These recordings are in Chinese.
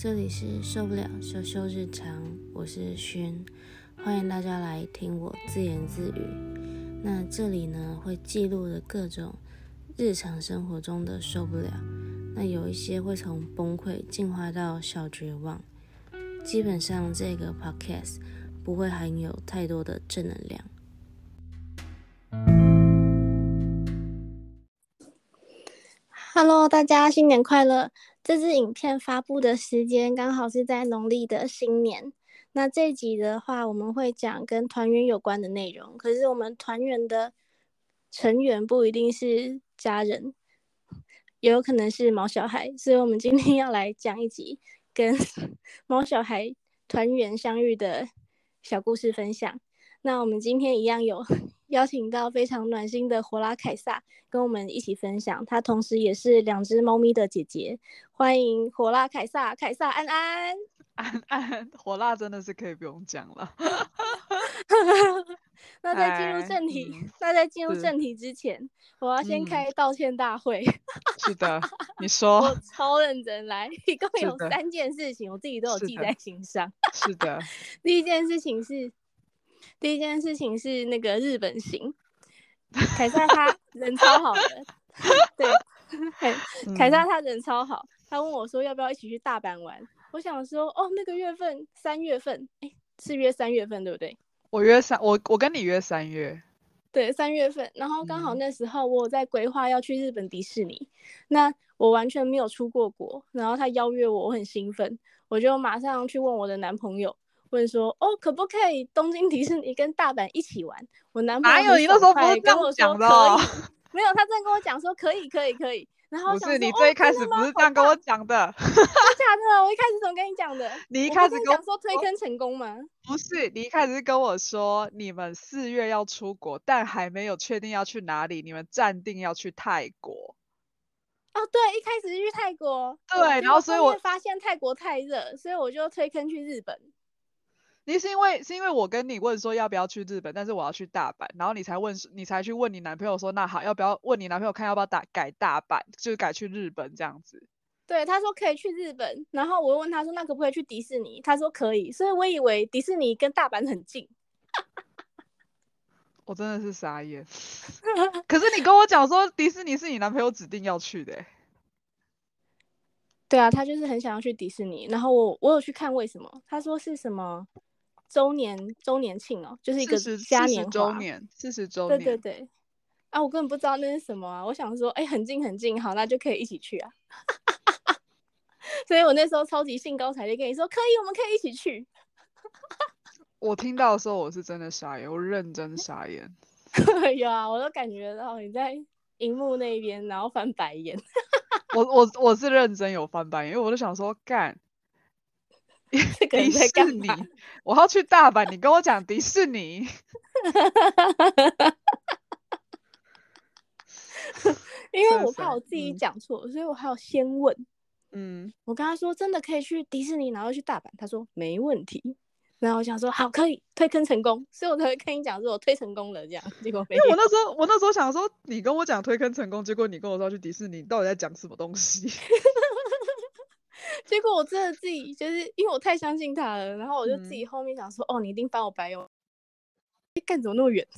这里是受不了羞羞日常，我是勋，欢迎大家来听我自言自语。那这里呢会记录的各种日常生活中的受不了，那有一些会从崩溃进化到小绝望。基本上这个 podcast 不会含有太多的正能量。Hello， 大家新年快乐！这支影片发布的时间刚好是在农历的新年。那这一集的话，我们会讲跟团圆有关的内容。可是我们团圆的成员不一定是家人，也有可能是毛小孩，所以我们今天要来讲一集跟毛小孩团圆相遇的小故事分享。那我们今天一样有邀请到非常暖心的火辣凯撒跟我们一起分享，他同时也是2只猫咪的姐姐。欢迎火辣凯撒、凯撒安安。 安安，火辣真的是可以不用讲了。 那在进入正题之前，我要先开道歉大会。 是的，你说。 我超认真来，一共有3件事情，我自己都有记在心上。 是的。 第一件事情是那个日本行，凯撒他人超好的，对，凯撒他人超好，他问我说要不要一起去大阪玩，我想说那个月份3月份，是约3月份对不对？ 我跟你约3月。 对，3月份，然后刚好那时候我有在规划要去日本迪士尼，那我完全没有出过国，然后他邀约我，我很兴奋，我就马上去问我的男朋友，问说可不可以东京迪士尼跟大阪一起玩？我男朋友哪有，你那时候不是这样讲的哦？ 没有，他真的跟我讲说可以，然后不是，你最一开始不是这样跟我讲的。 真的假的？我一开始怎么跟你讲的？ 你一开始跟我讲说推坑成功吗？ 不是，你一开始是跟我说你们4月要出国，但还没有确定要去哪里，你们暂定要去泰国。 对，一开始是去泰国， 对，然后所以我发现泰国太热，所以我就推坑去日本。 你是因为我跟你问说要不要去日本，但是我要去大阪，然后你才去问你男朋友说那好，要不要问你男朋友看要不要改大阪，就是改去日本这样子。 对，他说可以去日本，然后我又问他说那可不可以去迪士尼，他说可以，所以我以为迪士尼跟大阪很近。 我真的是傻眼。可是你跟我讲说迪士尼是你男朋友指定要去的。 对啊，他就是很想要去迪士尼，然后我有去看为什么，他说是什么周年庆就是一个嘉年华 40周年。 对啊，我根本不知道那是什么啊，我想说很近，好，那就可以一起去啊。所以我那时候超级兴高采烈跟你说可以，我们可以一起去。 我听到的时候我是真的傻眼，我认真傻眼。 有啊，我都感觉到你在荧幕那边然后翻白眼。 我是认真有翻白眼，因为我就想说干迪士尼， 我要去大阪，你跟我讲迪士尼。 因为我怕我自己讲错，所以我还要先问。我跟他说真的可以去迪士尼，然后去大阪，他说没问题。然后我想说好，可以推坑成功，所以我才会跟你讲说我推成功了这样。结果没有。 因为我那时候想说你跟我讲推坑成功，结果你跟我说要去迪士尼，你到底在讲什么东西？ 结果我真的自己就是因为我太相信他了，然后我就自己后面想说你一定翻我白眼，干怎么那么远？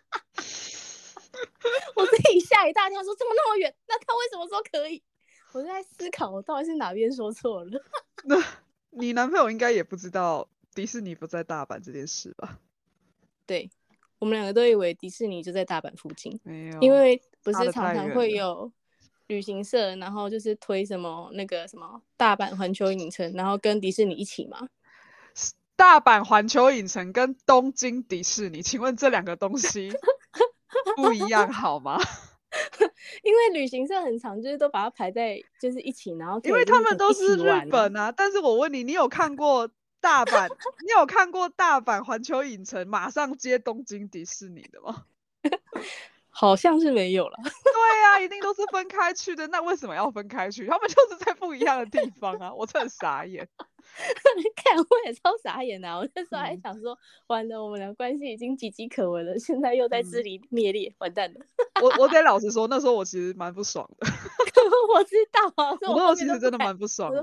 我自己吓一大跳，说怎么那么远？那他为什么说可以？我就在思考我到底是哪边说错了。 那你男朋友应该也不知道迪士尼不在大阪这件事吧？ 对，我们2个都以为迪士尼就在大阪附近， 没有， 因为不是常常会有旅行社，然后就是推什么那个什么大阪环球影城，然后跟迪士尼一起嘛。 大阪环球影城跟东京迪士尼，请问这2个东西不一样好吗？ 因为旅行社很常就是都把它排在就是一起，然后因为他们都是日本啊。但是我问你，你有看过大阪你有看过大阪环球影城马上接东京迪士尼的吗？ 好像是没有了。 对啊，一定都是分开去的。那为什么要分开去？他们就是在不一样的地方啊。我真的傻眼。 看我也超傻眼啊！我那时候还想说完了，我们的关系已经岌岌可危了，现在又在支离灭裂，完蛋了。 我得老实说，那时候我其实蛮不爽的。 我知道啊， 我那时候其实真的蛮不爽的。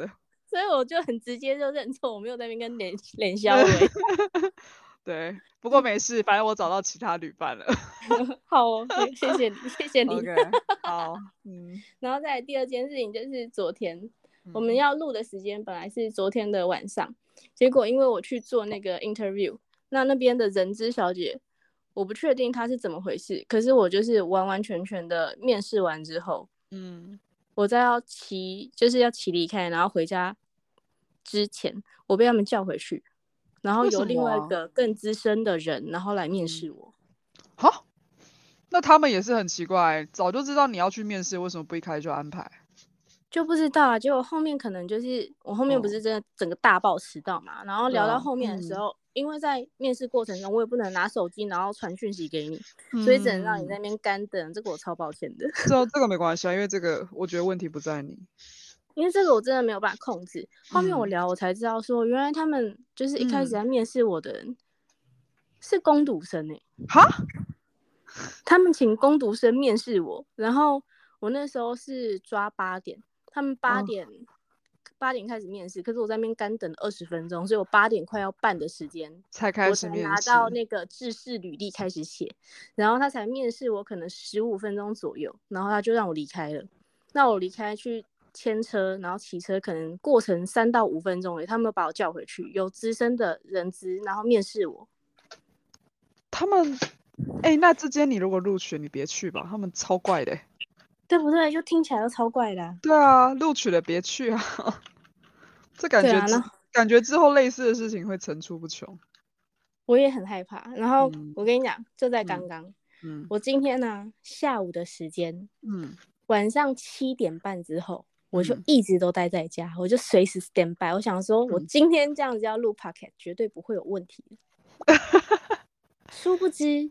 所以我就很直接就认错，我没有在那边跟脸消委。 对，不过没事，反正我找到其他旅伴了。 好哦，谢谢你，谢谢你。 OK，好， 然后再来第二件事情就是昨天我们嗯要录的时间本来是昨天的晚上，结果因为我去做那个 interview，那边的人资小姐，我不确定她是怎么回事，可是我就是完完全全的面试完之后，我在要骑离开，然后回家之前，我被他们叫回去，然后有另外一个更资深的人，然后来面试我。 好，那他们也是很奇怪，早就知道你要去面试，为什么不一开始就安排？ 就不知道啊，结果后面可能就是我后面不是真的整个大爆迟到嘛，然后聊到后面的时候，因为在面试过程中我也不能拿手机然后传讯息给你，所以只能让你在那边干等，这个我超抱歉的。 这个没关系啊，因为这个我觉得问题不在你， 因为这个我真的没有办法控制。后面我聊我才知道说，原来他们就是一开始在面试我的人是工读生哈？ 他们请工读生面试我，然后我那时候是抓8点，他们8点开始面试，可是我在那边干等了20分钟，所以我8点快要半的时间才开始面试， 我才拿到那个制式履历开始写，然后他才面试我可能15分钟左右，然后他就让我离开了。那我离开去牵车，然后骑车，可能过程3到5分钟他们又把我叫回去，有资深的人资，然后面试我。 他们那这间你如果录取你别去吧，他们超怪的对不对？就听起来都超怪的对啊，录取了别去啊这感觉感觉之后类似的事情会层出不穷。 我也很害怕。然后我跟你讲，就在刚刚我今天呢下午的时间晚上7点半之后我就一直都待在家，我就随时 stand by，我想说我今天这样子要录 podcast 绝对不会有问题殊不知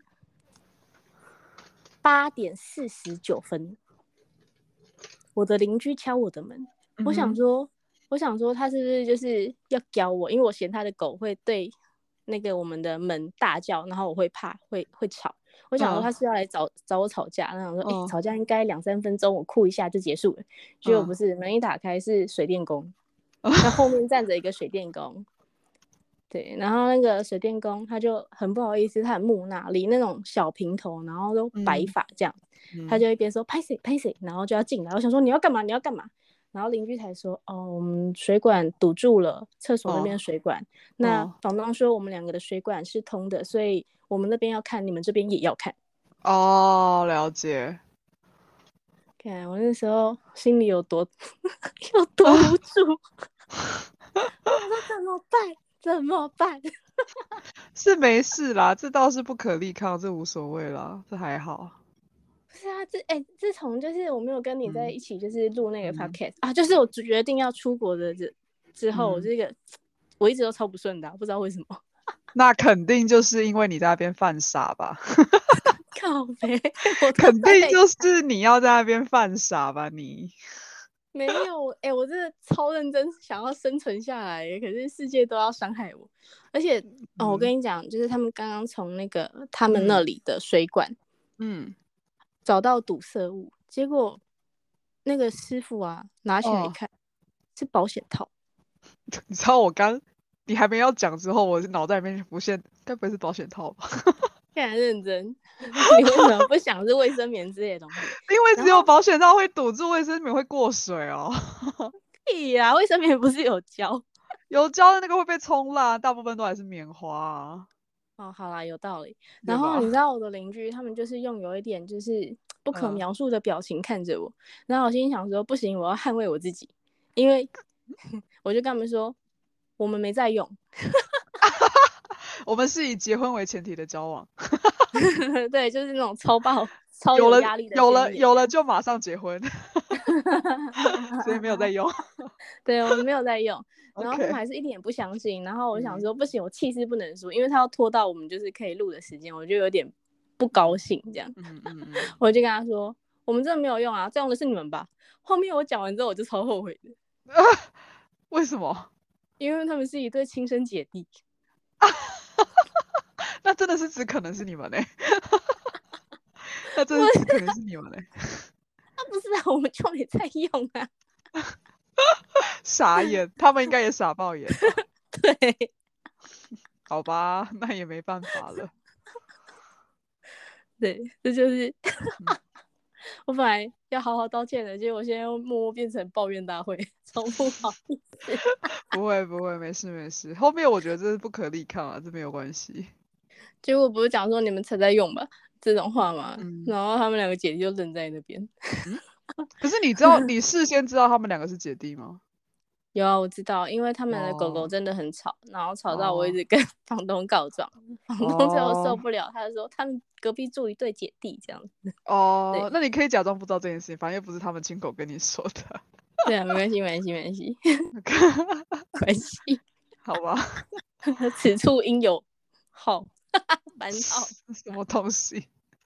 8点49分我的邻居敲我的门，我想说他是不是就是要教我，因为我嫌他的狗会对那个我们的门大叫，然后我会怕会吵，我想说他是要来找我吵架，然后想说吵架应该2-3分钟我哭一下就结束了，结果不是，门一打开是水电工那后面站着一个水电工对，然后那个水电工他就很不好意思，他很木讷，理那种小平头，然后都白发这样他就一边说拍谁，然后就要进来，我想说你要干嘛，然后邻居才说我们水管堵住了，厕所那边水管那房东说我们2个的水管是通的，所以我们那边要看，你们这边也要看了解。 看我那时候心里有多无助我想说怎么办是没事啦，这倒是不可力抗，这无所谓啦，这还好。 不是啊，自从就是我没有跟你在一起，就是录那个 podcast就是我决定要出国的之后，我这个我一直都超不顺的不知道为什么。 那肯定就是因为你在那边犯傻吧？ 靠北， 肯定就是你要在那边犯傻吧？你没有我真的超认真想要生存下来可是世界都要伤害我，而且我跟你讲，就是他们刚刚从那个他们那里的水管找到堵塞物，结果那个师傅拿起来一看是保险套。 你知道你还没要讲之后，我脑袋里面浮现，该不会是保险套吧？ 看来认真，你为什么不想是卫生棉之类的东西？ 因为只有保险套会堵住，卫生棉会过水屁呀，卫生棉不是有胶？ 有胶的那个会被冲烂，大部分都还是棉花好啦，有道理。然后你知道我的邻居，他们就是用有一点就是不可描述的表情看着我，然后我心里想说，不行，我要捍卫我自己，因为我就跟他们说，我们没在用。 我们是以结婚为前提的交往对，就是那种超有压力的有了就马上结婚所以没有在用对，我们没有在用然后他们还是一点也不相信然后我想说不行，我气势不能输，因为他要拖到我们就是可以录的时间，我就有点不高兴这样我就跟他说我们真的没有用啊，这用的是你们吧。后面我讲完之后我就超后悔的为什么？ 因为他们是一对亲生姐弟那真的是只可能是你们那真的只可能是你们不是我们就没在用傻眼，他们应该也傻爆眼吧？ 对好吧，那也没办法了。 对，这就是嗯我本来要好好道歉的，结果现在又默默变成抱怨大会，超不好意思。 不会不会，没事没事。后面我觉得这是不可力抗啊，这没有关系。 结果不是讲说你们才在用吧这种话吗？ 嗯然后他们两个姐弟就愣在那边。 嗯，可是你知道，你事先知道他们两个是姐弟吗？ 有啊，我知道，因为他们的狗狗哦真的很吵，然后吵到我一哦直跟房东告状，房东最后受哦不了，他就说他们隔壁住一对姐弟这样子。对哦，那你可以假装不知道这件事情，反正又不是他们亲口跟你说的。 对啊，没关系，没关系，没关系，没关系， 好吧， 此处应有好番号。 什么东西？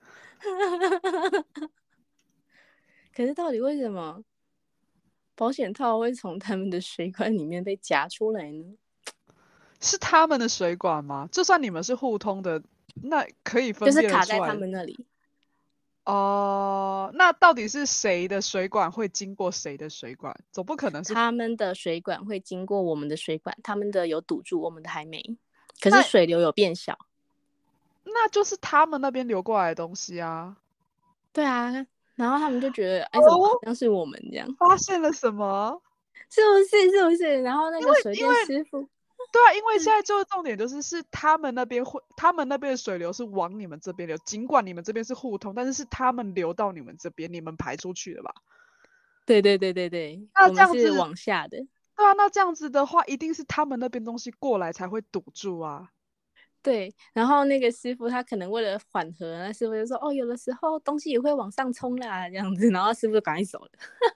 可是到底为什么保险套会从他们的水管里面被夹出来呢？ 是他们的水管吗？就算你们是互通的，那可以就是分辨得卡在他出来。 们那里， 哦，那到底是谁的水管会经过谁的水管？总不可能是他们的水管会经过我们的水管，他们的有堵住，我们的还没。可是那水流有变小。 那就是他们那边流过来的东西啊。 对啊，然后他们就觉得，哎，怎么好哦， 像是我们这样？ 发现了什么？ 是不是？是不是？然后那因为个水电师傅， 对啊，因为现在就是重点是他们那边会，他们那边的水流是往你们这边流，尽管你们这边是互通，但是是他们流到你们这边，你们排出去的吧？ 对对对对对， 那我们是这样子， 往下的。 对啊，那这样子的话，一定是他们那边东西过来才会堵住啊。 对，然后那个师傅他可能为了缓和，那师傅就说：“哦，有的时候东西也会往上冲啦，这样子。”然后师傅就赶紧走了。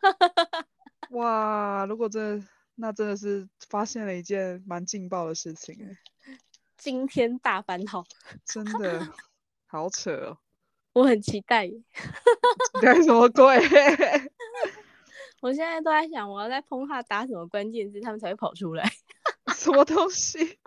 哇，如果那真的是发现了一件蛮劲爆的事情哎， 惊天大番号， 真的好扯哦， 我很期待。 干什么鬼？ 我现在都在想，我要在碰哈打什么关键字，他们才会跑出来。 什么东西？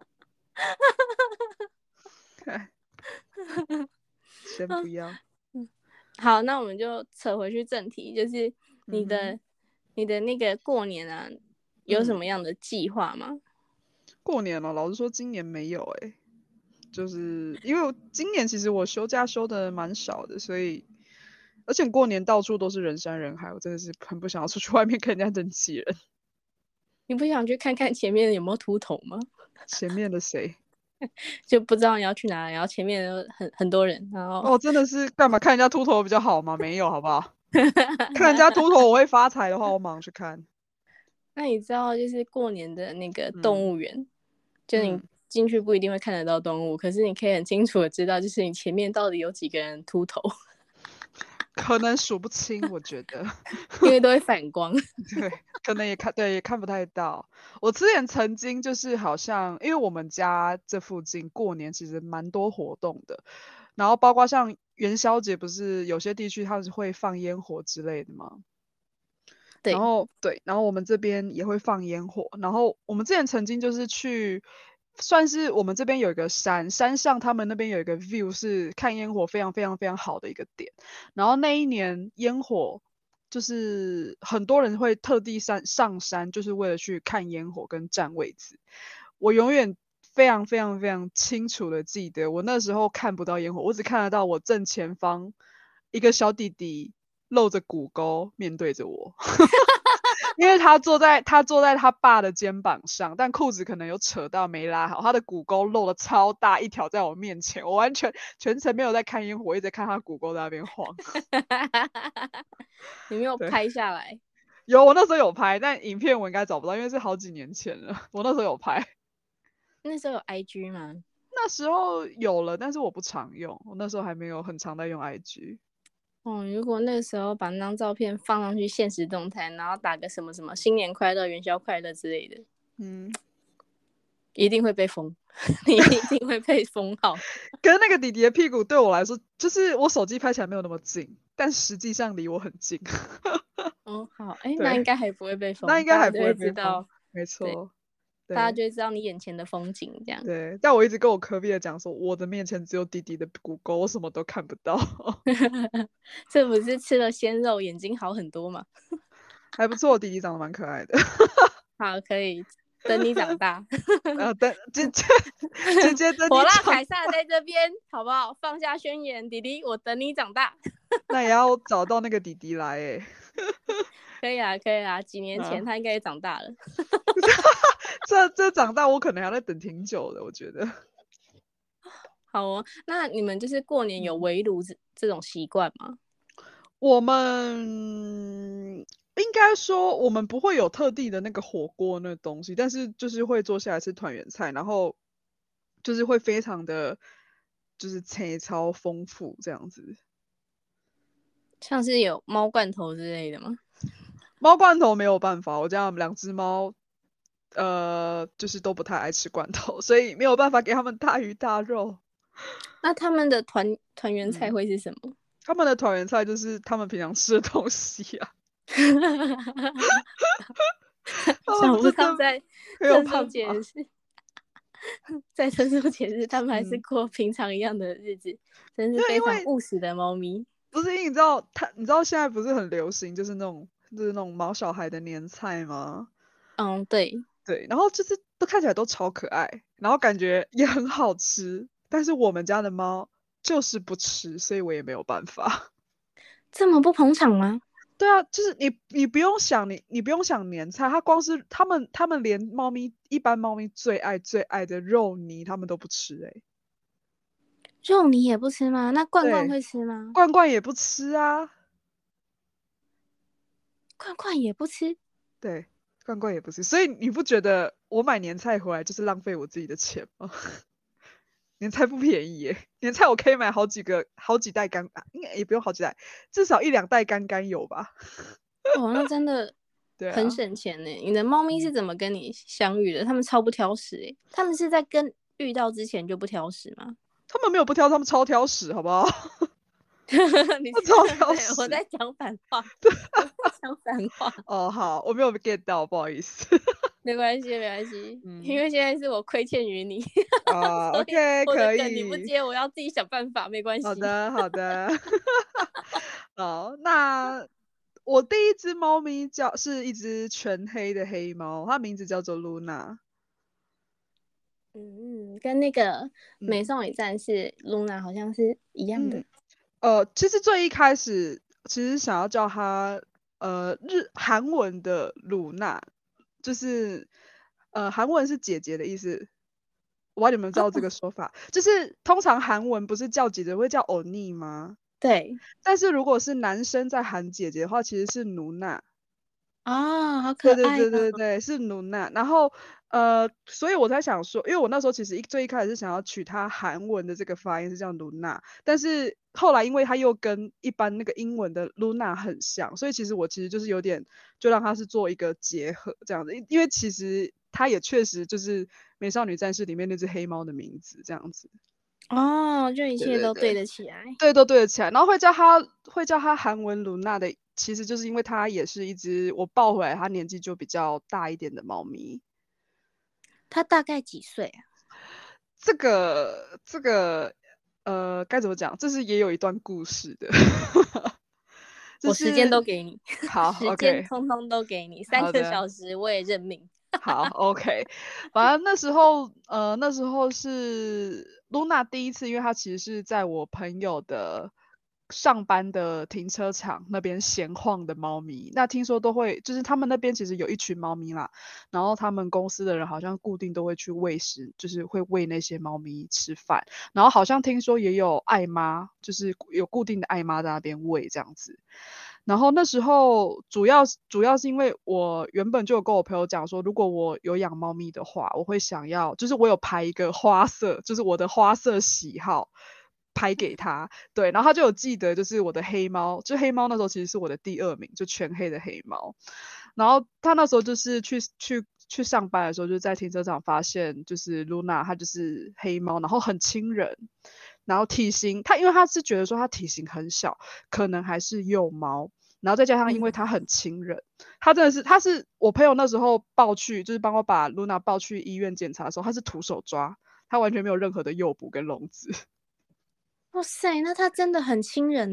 先不要。 好，那我们就扯回去正题，就是你的、 嗯你的那个过年啊，有什么样的计划吗？ 过年了，老实说今年没有哎，就是因为今年其实我休假休的蛮少的，所以而且过年到处都是人山人海，我真的是很不想要出去外面跟人家人挤人。 你不想去看看前面有没有秃头吗？ 前面的谁？ 就不知道你要去哪里，然后前面很多人，然后哦，真的是干嘛看人家秃头比较好吗？没有，好不好？看人家秃头我会发财的话，我马上去看。 那你知道就是过年的那个动物园，就你嗯进去不一定会看得到动物，可是你可以很清楚的知道，就是你前面到底有几个人秃头， 可能数不清，我觉得。 因为都会反光。 对，可能也看不太到。我之前曾经就是好像，因为我们家这附近过年其实蛮多活动的，然后包括像元宵节，不是有些地区它是会放烟火之类的吗？然对后对，然后我们这边也会放烟火。然后我们之前曾经就是去，算是我们这边有一个山，山上他们那边有一个 view 是看烟火非常非常非常好的一个点。然后那一年烟火就是很多人会特地上山，就是为了去看烟火跟占位置。我永远非常非常非常清楚的记得，我那时候看不到烟火，我只看得到我正前方一个小弟弟露着骨沟面对着我。因为他坐在他爸的肩膀上，但裤子可能有扯到没拉好，他的骨沟露了超大一条在我面前，我完全全程没有在看烟火，一直在看他骨沟在那边晃。 你没有对， 拍下来？ 有，我那时候有拍，但影片我应该找不到，因为是好几年前了。我那时候有拍， 那时候有 IG 吗？ 那时候有了，但是我不常用，我那时候还没有很常在用 IG。 哦，如果那时候把那张照片放上去现实动态，然后打个什么什么新年快乐、元宵快乐之类的，一定会被封，你一定会被封号。 可是那个弟弟的屁股对我来说，就是我手机拍起来没有那么近，但实际上离我很近。 哦，好，那应该还不会被封， 那应该还不会大家就知被封， 道， 没错。 大家就会知道你眼前的风景这样。 对，但我一直跟我隔壁的讲说，我的面前只有弟弟的骨沟，我什么都看不到。 这不是吃了鲜肉眼睛好很多吗？ 还不错，弟弟长得蛮可爱的。 好，可以等你长大。 等姐姐等火辣你长凯撒在这边，好不好？放下宣言，弟弟，我等你长大。 那也要找到那个弟弟来哎。 可以啊，可以啊，几年前啊， 他应该也长大了。 这长大我可能还要再等挺久的，我觉得。 好哦，那你们就是过年有围炉这种习惯吗？ 我们应该说，我们不会有特地的那个火锅那东西，但是就是会坐下来吃团圆菜，然后就是会非常的，就是菜超丰富这样子。 像是有猫罐头之类的吗？ 猫罐头没有办法，我家2只猫，就是都不太爱吃罐头，所以没有办法给他们大鱼大肉。 那他们的团圆菜嗯， 会是什么？ 他们的团圆菜就是他们平常吃的东西啊。他想不们真的到在没有特殊办法。 节日，在特殊节日，他们还是嗯， 过平常一样的日子，真是非常就因为务实的猫咪。 不是因为你知道现在不是很流行，就是那种毛小孩的年菜吗？ 嗯，对， 对，然后就是都看起来都超可爱，然后感觉也很好吃，但是我们家的猫就是不吃，所以我也没有办法。 这么不捧场吗？ 对啊，就是你不用想你不用想年菜，它光是他们连一般猫咪最爱的肉泥他们都不吃欸。 肉你也不吃吗？那罐罐对， 会吃吗？ 罐罐也不吃啊。 罐罐也不吃。 对，罐罐也不吃，所以你不觉得我买年菜回来就是浪费我自己的钱吗？年菜不便宜耶，年菜我可以买好几袋应该也不用好几袋，至少1、2袋干干有吧？ 哦，那真的很对啊。 省钱呢。你的猫咪是怎么跟你相遇的？它们超不挑食诶，它们是在遇到之前就不挑食吗？ 他们没有不挑，他们超挑食，好不好？ 你他超挑对我食。 在讲反话，我在讲反话。 哦，好，我没有 get 到，不好意思。 没关系，没关系，因嗯， 为现在是我亏欠于你，所以 OK，可我的梗你不以。 接，我要自己想办法，没关系。 好的，好的。好，那我第一只猫咪是一只全黑的黑猫，它名字叫做露娜。 嗯，跟那个美嗯少女战士 Luna 好像是一样的。 嗯，其实最一开始其实想要叫它韩文的鲁娜，就是韩文是姐姐的意思。我不知道你们知道这个说法，就是通常韩文不是叫姐姐会叫欧尼吗？ 对， 但是如果是男生在喊姐姐的话，其实是努娜。 啊、好可对对对爱哦。 对对，是努娜。然后所以我在想说，因为我那时候其实最一开始是想要取它韩文的这个发音是叫努娜，但是后来因为它又跟一般那个英文的 Luna 很像，所以其实就是有点就让它是做一个结合这样子，因为其实它也确实就是美少女战士里面那只黑猫的名字这样子。 哦，就一切都对对对对。 得起来。 对，都对得起来。然后会叫它韩文卢娜的，其实就是因为它也是一只我抱回来，它年纪就比较大一点的猫咪。 他大概几岁啊？ 这个该怎么讲？这是也有一段故事的。就我时间是都给你， 好时间 ，OK。 通通都给你，三个好的。 小时我也认命。 好，OK。反正那时候是露娜第一次，因为她其实是在我朋友的上班的停车场那边闲晃的猫咪。那听说都会，就是他们那边其实有一群猫咪啦，然后他们公司的人好像固定都会去喂食，就是会喂那些猫咪吃饭。然后好像听说也有爱妈，就是有固定的爱妈在那边喂这样子。然后那时候主要是因为我原本就有跟我朋友讲说，如果我有养猫咪的话，我会想要，就是我有排一个花色，就是我的花色喜好拍给他。对，然后他就有记得，就是我的黑猫，就黑猫那时候其实是我的第2名，就全黑的黑猫。然后他那时候就是去上班的时候，就在停车场发现，就是 Luna 她就是黑猫，然后很亲人，然后体型，因为他是觉得说它体型很小，可能还是幼猫，然后再加上因为它很亲人，它真的是，它是我朋友那时候抱去，就是帮我把 Luna 抱去医院检查的时候，它是徒手抓，它完全没有任何的诱捕跟笼子。 哇塞，那他真的很亲人呢。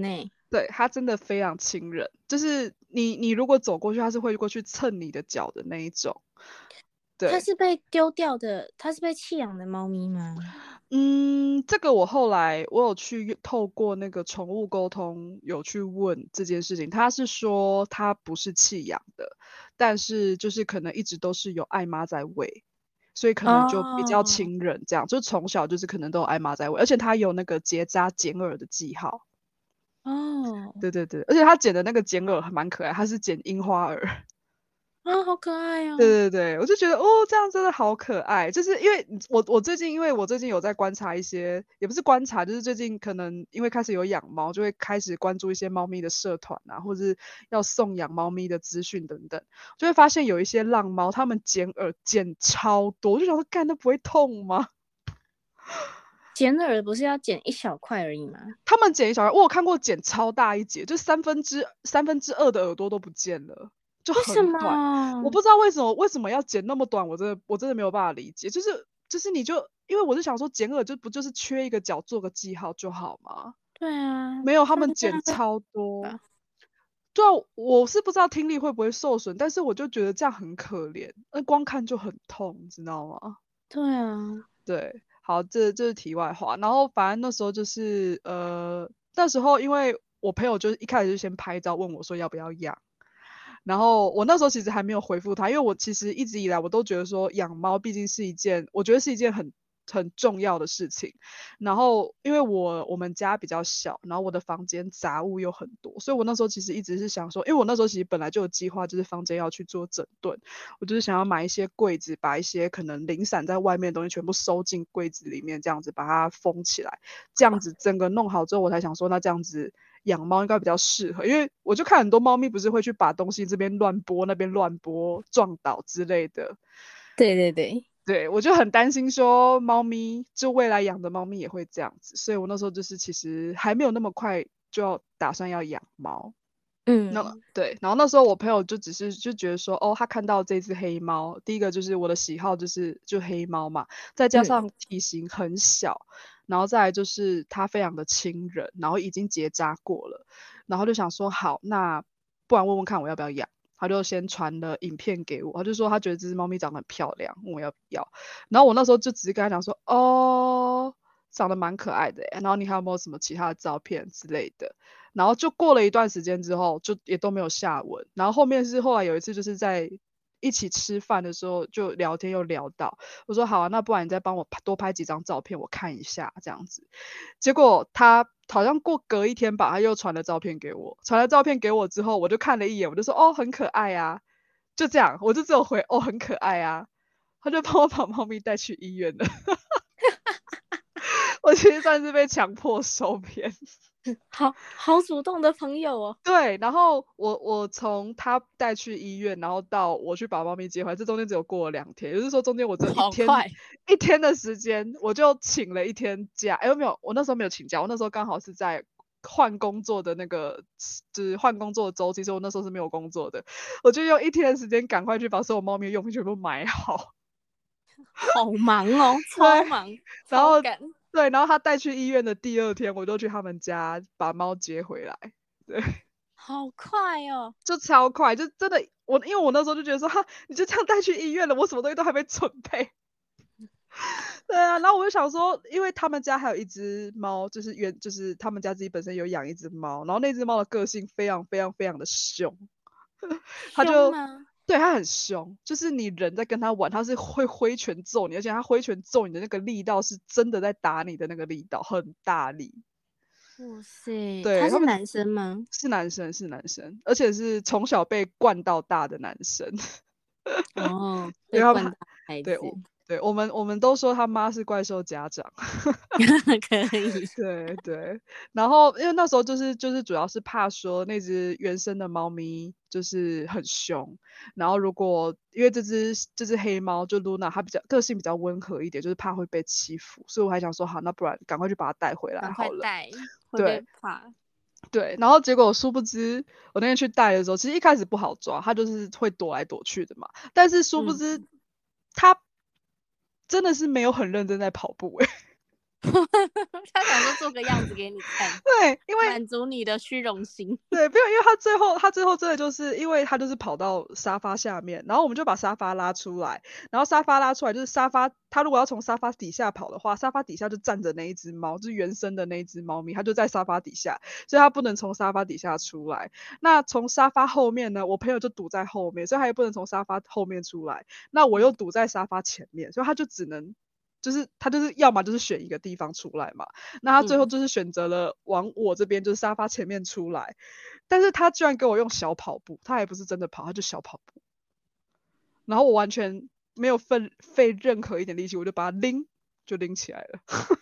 对，它真的非常亲人，就是你如果走过去，它是会过去蹭你的脚的那一种。对， 它是被丢掉的，它是被弃养的猫咪吗？ 这个我有去透过那个宠物沟通有去问这件事情，他是说他不是弃养的，但是就是可能一直都是有爱妈在喂，所以可能就比较哦亲人这样，就从小就是可能都有爱妈在喂，而且他有那个结扎剪耳的记号。 哦对对对，而且他剪的那个剪耳还蛮可爱，他是剪樱花耳。 啊，好可爱哦！ 对对对，我就觉得哦，这样真的好可爱。就是因为我最近，因为我最近有在观察一些，也不是观察，就是最近可能因为开始有养猫，就会开始关注一些猫咪的社团啊，或者是要送养猫咪的资讯等等，就会发现有一些浪猫，它们剪耳剪超多，我就想说，干，那不会痛吗？ 剪耳不是要剪一小块而已吗？ 他们剪一小块，我有看过剪超大一截，就三分之二的耳朵都不见了，就为什很短。我么？ 不知道为什么要剪那么短，我真的没有办法理解。就是你就因为我是想说剪耳不就是缺一个角做个记号就好吗？ 对啊， 没有，他他们们这样会剪超多。 吧？ 对啊，我是不知道听力会不会受损，但是我就觉得这样很可怜，那光看就很痛，你知道吗？ 对啊， 对，好，这是题外话。然后反正那时候就是那时候因为我朋友就是一开始就先拍照问我说要不要养，然后我那时候其实还没有回复他，因为我其实一直以来我都觉得说养猫毕竟是一件，我觉得是一件很重要的事情。然后因为我们家比较小，然后我的房间杂物又很多，所以我那时候其实一直是想说，因为我那时候其实本来就有计划，就是房间要去做整顿，我就是想要买一些柜子，把一些可能零散在外面的东西全部收进柜子里面，这样子把它封起来，这样子整个弄好之后，我才想说，那这样子养猫应该比较适合，因为我就看很多猫咪不是会去把东西这边乱拨，那边乱拨，撞倒之类的。 对对对， 对，我就很担心说猫咪，就未来养的猫咪也会这样子，所以我那时候就是其实还没有那么快就要打算要养猫。那嗯对，然后那时候我朋友就只是就觉得说，哦，他看到这只黑猫，第一个就是我的喜好就黑猫嘛，再加嗯， 上体型很小，然后再来就是它非常的亲人，然后已经结扎过了，然后就想说好，那不然问问看我要不要养。他就先传了影片给我，他就说他觉得这只猫咪长得很漂亮，问我要不要。然后我那时候就只是跟他讲说，哦，长得蛮可爱的耶，然后你还有没有什么其他的照片之类的？然后就过了一段时间之后，就也都没有下文。然后后来有一次就是在一起吃饭的时候就聊天又聊到，我说好啊，那不然你再帮我多拍几张照片我看一下这样子。结果他好像隔一天吧，他又传了照片给我，传了照片给我之后，我就看了一眼，我就说哦很可爱啊，就这样，我就只有回哦很可爱啊，他就帮我把猫咪带去医院了。我其实算是被强迫收编。 好好主动的朋友哦， 对，然后我从他带去医院，然后到我去把猫咪接回来，这中间只有过了2天，也就是说中间我只有一天好快， 一天的时间，我就请了一天假。哎，没有，我那时候没有请假，我那时候刚好是在换工作的那个，就是换工作的周期，所以我那时候是没有工作的，我就用一天的时间赶快去把所有猫咪的用品全部买好。 好忙哦，超对， 忙， 然后超赶， 对，然后他带去医院的第二天，我就去他们家把猫接回来。对。 好快哦， 就超快，就真的因为我那时候就觉得说，哈，你就这样带去医院了，我什么东西都还没准备。对啊，然后我就想说，因为他们家还有一只猫，就是他们家自己本身有养一只猫，然后那只猫的个性非常非常非常的凶，它就凶吗？ 对它很凶，就是你人在跟它玩，它是会挥拳揍你，而且它挥拳揍你的那个力道是真的在打你的那个力道，很大力。 哇塞，他对，他们是男生吗？ 是男生，是男生，而且是从小被惯到大的男生。 哦， 因为他们被惯大孩对， 子， 我们都说他妈是怪兽家长。 可以， 对对，然后因为那时候就是主要是怕说那只原生的猫咪就是很凶，然后如果因为这只黑猫就 Luna 它个性比较温和一点，就是怕会被欺负，所以我还想说好，那不然赶快去把它带回来赶好了。 快带，会被对怕。 对，然后结果殊不知我那天去带的时候，其实一开始不好抓，它就是会躲来躲去的嘛，但是殊不知嗯， 它真的是没有很认真在跑步欸。 他想说做个样子给你看， 对，因为满足你的虚荣心。 对，没有，因为他最后真的就是因为他就是跑到沙发下面，然后我们就把沙发拉出来，然后沙发拉出来就是沙发，他如果要从沙发底下跑的话，沙发底下就站着那一只猫，就是原生的那一只猫咪，它就在沙发底下，所以它不能从沙发底下出来。那从沙发后面呢，我朋友就堵在后面，所以他也不能从沙发后面出来。那我又堵在沙发前面，所以他就只能。就是他就是要么就是选一个地方出来嘛，那他最后就是选择了往我这边，就是沙发前面出来，但是他居然给我用小跑步，他也不是真的跑，他就小跑步，然后我完全没有费任何一点力气，我就把他就拎起来了。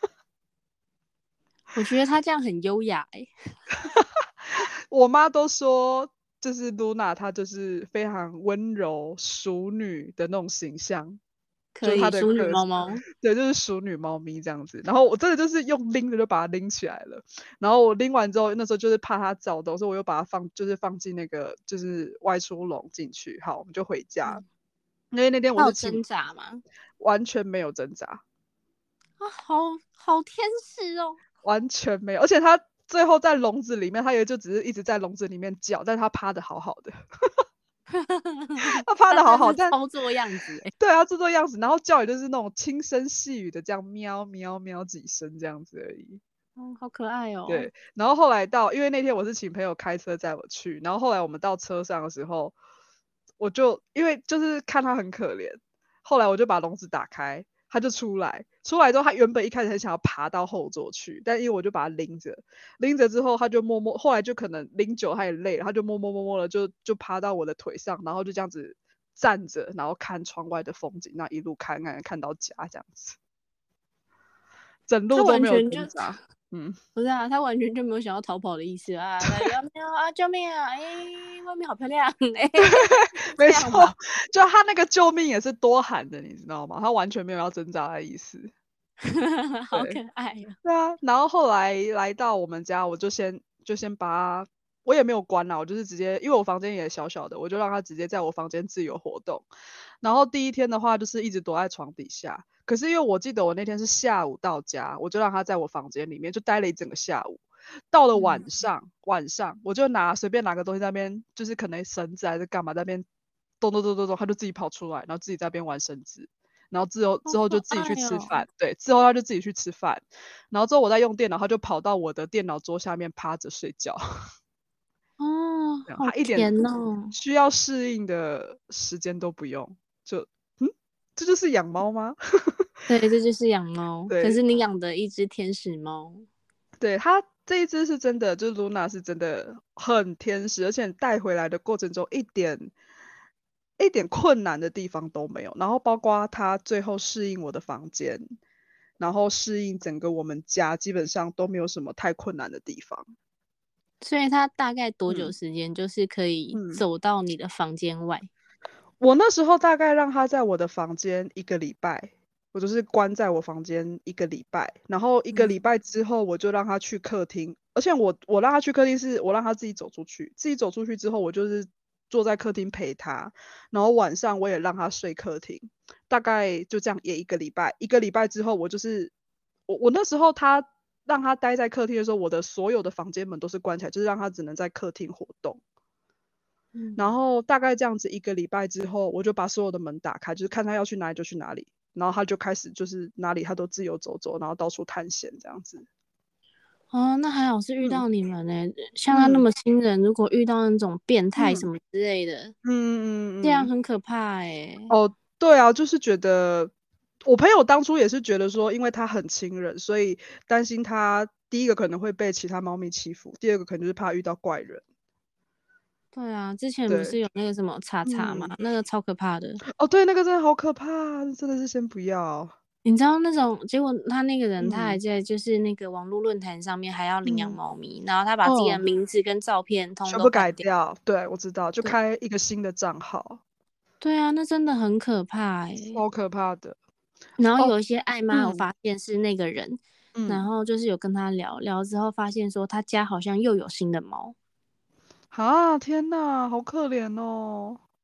我觉得他这样很优雅我妈都说，就是 Luna 她就是非常温柔淑女的那种形象，就是她可以，淑女的个性， 猫猫。 对，就是淑女猫咪这样子。然后我真的就是用拎的就把它拎起来了。然后我拎完之后，那时候就是怕它躁动，所以我又把它放进那个就是外出笼进去。好，我们就回家。因为那天我是请， 他有挣扎吗？ 完全没有挣扎， 啊，好天使哦！ 完全没有。而且它最后在笼子里面，它也就只是一直在笼子里面叫，但是它趴的好好的。它趴的好好， 他是但操作样子对啊，做做样子，然后叫也就是那种轻声细语的这样喵喵喵几声这样子而已。 好可爱哦。 对，然后后来因为那天我是请朋友开车载我去，然后后来我们到车上的时候，我就因为就是看他很可怜，后来我就把笼子打开，他就出来之后，他原本一开始很想要爬到后座去，但因为我就把他拎着之后，他就默默，后来就可能拎久他也累了，他就默默的就趴到我的腿上，然后就这样子站着，然后看窗外的风景，那一路看到家这样子，整他路都没有完全就挣扎。嗯， 不是啊，他完全就没有想要逃跑的意思啊！他就喵啊，救命啊！哎，外面好漂亮哎， 没错， 这样吧。 就他那个救命也是多喊的，你知道吗？他完全没有要挣扎的意思。 好可对， 爱哦。 对啊。然后后来来到我们家，我就先把他，我也没有关啦，我就是直接，因为我房间也小小的，我就让他直接在我房间自由活动。然后第一天的话，就是一直躲在床底下。可是因为我记得我那天是下午到家，我就让他在我房间里面就待了一整个下午。到了晚上我就随便拿个东西在那边，就是可能绳子还是干嘛在那边咚咚咚咚咚，他就自己跑出来，然后自己在那边玩绳子。然后之后就好可自己去吃爱哦。 饭，对，之后他就自己去吃饭，然后之后我在用电脑，他就跑到我的电脑桌下面趴着睡觉。 哦，好他一点甜哦。 需要适应的时间都不用，就这就是养猫吗？ 对，这就是养猫，可对是你养的一只天使猫。 对，他这一只是真的，就是 Luna 是真的很天使，而且带回来的过程中一点困难的地方都没有，然后包括他最后适应我的房间，然后适应整个我们家，基本上都没有什么太困难的地方。 所以它大概多久嗯时间，就是可以嗯， 走到你的房间外？ 我那时候大概让他在我的房间一个礼拜，我就是关在我房间一个礼拜，然后一个礼拜之后我就让他去客厅，而且我让他去客厅是我让他自己走出去，自己走出去之后我就是坐在客厅陪他，然后晚上我也让他睡客厅，大概就这样也一个礼拜，一个礼拜之后我那时候让他待在客厅的时候，我的所有的房间门都是关起来，就是让他只能在客厅活动。然后大概这样子一个礼拜之后，我就把所有的门打开，就是看他要去哪里就去哪里，然后他就开始就是哪里他都自由走走，然后到处探险这样子。 哦，那还好是遇嗯到你们呢。像他那嗯么亲人，如果遇到那种变态什嗯么之类的， 嗯嗯这样嗯， 很可怕哎。 哦，对啊，就是觉得我朋友当初也是觉得说，因为他很亲人，所以担心他第一个可能会被其他猫咪欺负，第二个可能就是怕遇到怪人。 对啊，之前不是对， 有那个什么叉叉嘛， 嗯， 那个超可怕的。 哦，对，那个真的好可怕，真的是先不要。 你知道那种结果，他那个人他还嗯在就是那个网络论坛上面还要领养嗯猫咪，然后他把自己的嗯， 名字跟照片通全部改都换掉。 掉，对，我知道，就对开一个新的账号。 对啊，那真的很可怕哎。 超可怕的。哦， 然后有一些爱妈有嗯发现是那个人，然嗯， 后就是有跟他聊聊之后，发现说他家好像又有新的猫。 啊，天呐，好可怜哦。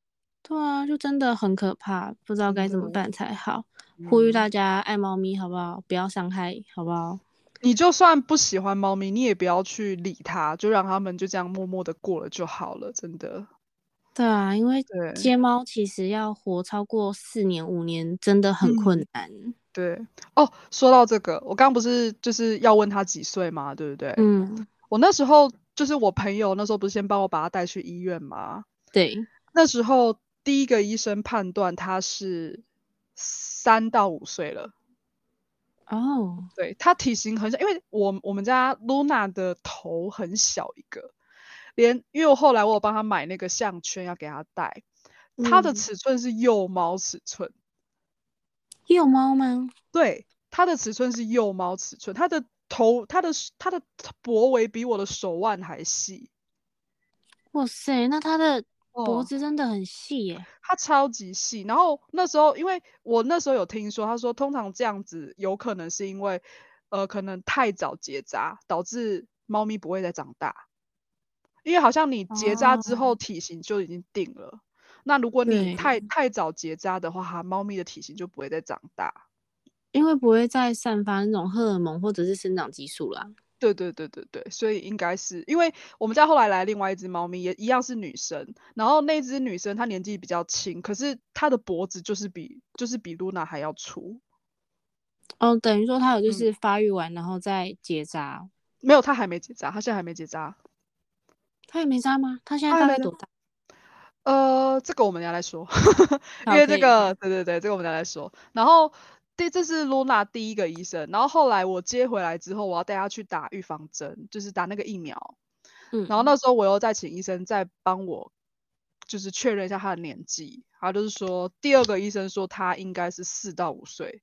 对啊，就真的很可怕，不知道真的。 该怎么办才好。呼吁嗯， 大家爱猫咪好不好？不要伤害好不好？ 你就算不喜欢猫咪，你也不要去理它，就让它们就这样默默的过了就好了，真的。 对啊，因为对。 接猫其实要活超过4年5年，真的很困嗯， 难。 对。哦，说到这个，我刚不是就是要问他几岁嘛，对不对？ 嗯， 我那时候就是我朋友那时候不是先帮我把他带去医院吗？ 对， 那时候第一个医生判断他是3到5岁了。 哦， 对，他体型很小，因为我们家 Luna 的头很小一个，因为后来我有帮他买那个项圈要给他戴，他的嗯， 尺寸是幼猫尺寸。 有猫吗？ 对，它的尺寸是幼猫尺寸，它的脖围比我的手腕还细。 哇塞，那它的脖哦， 子真的很细耶。 它超级细。然后那时候因为我那时候有听说，他说通常这样子有可能是因为，可能太早结扎，导致猫咪不会再长大。因为好像你结扎之哦， 后体型就已经定了，那如果你对， 太早结扎的话，它猫咪的体型就不会再长大。 因为不会再散发那种荷尔蒙或者是生长激素啦。 对对对对对，所以应该是因为我们家后来来另外一只猫咪，也一样是女生，然后那只女生她年纪比较轻，可是她的脖子就是比 Luna 还要粗。 哦，等于说它有就嗯， 是发育完然后再结扎。 没有，她还没结扎，她现在还没结扎。 它也没扎吗？它现在她还没的。 大概多大？ 这个我们等下来说，因好， 为这可以，可以。 个对对对，这个我们等下来说。然后这是 Luna 第一个医生，然后后来我接回来之后，我要带她去打预防针，就是打那个疫苗。然后嗯， 那时候我又再请医生再帮我，就是确认一下他的年纪。他就是说，第二个医生说他应该是4到5岁，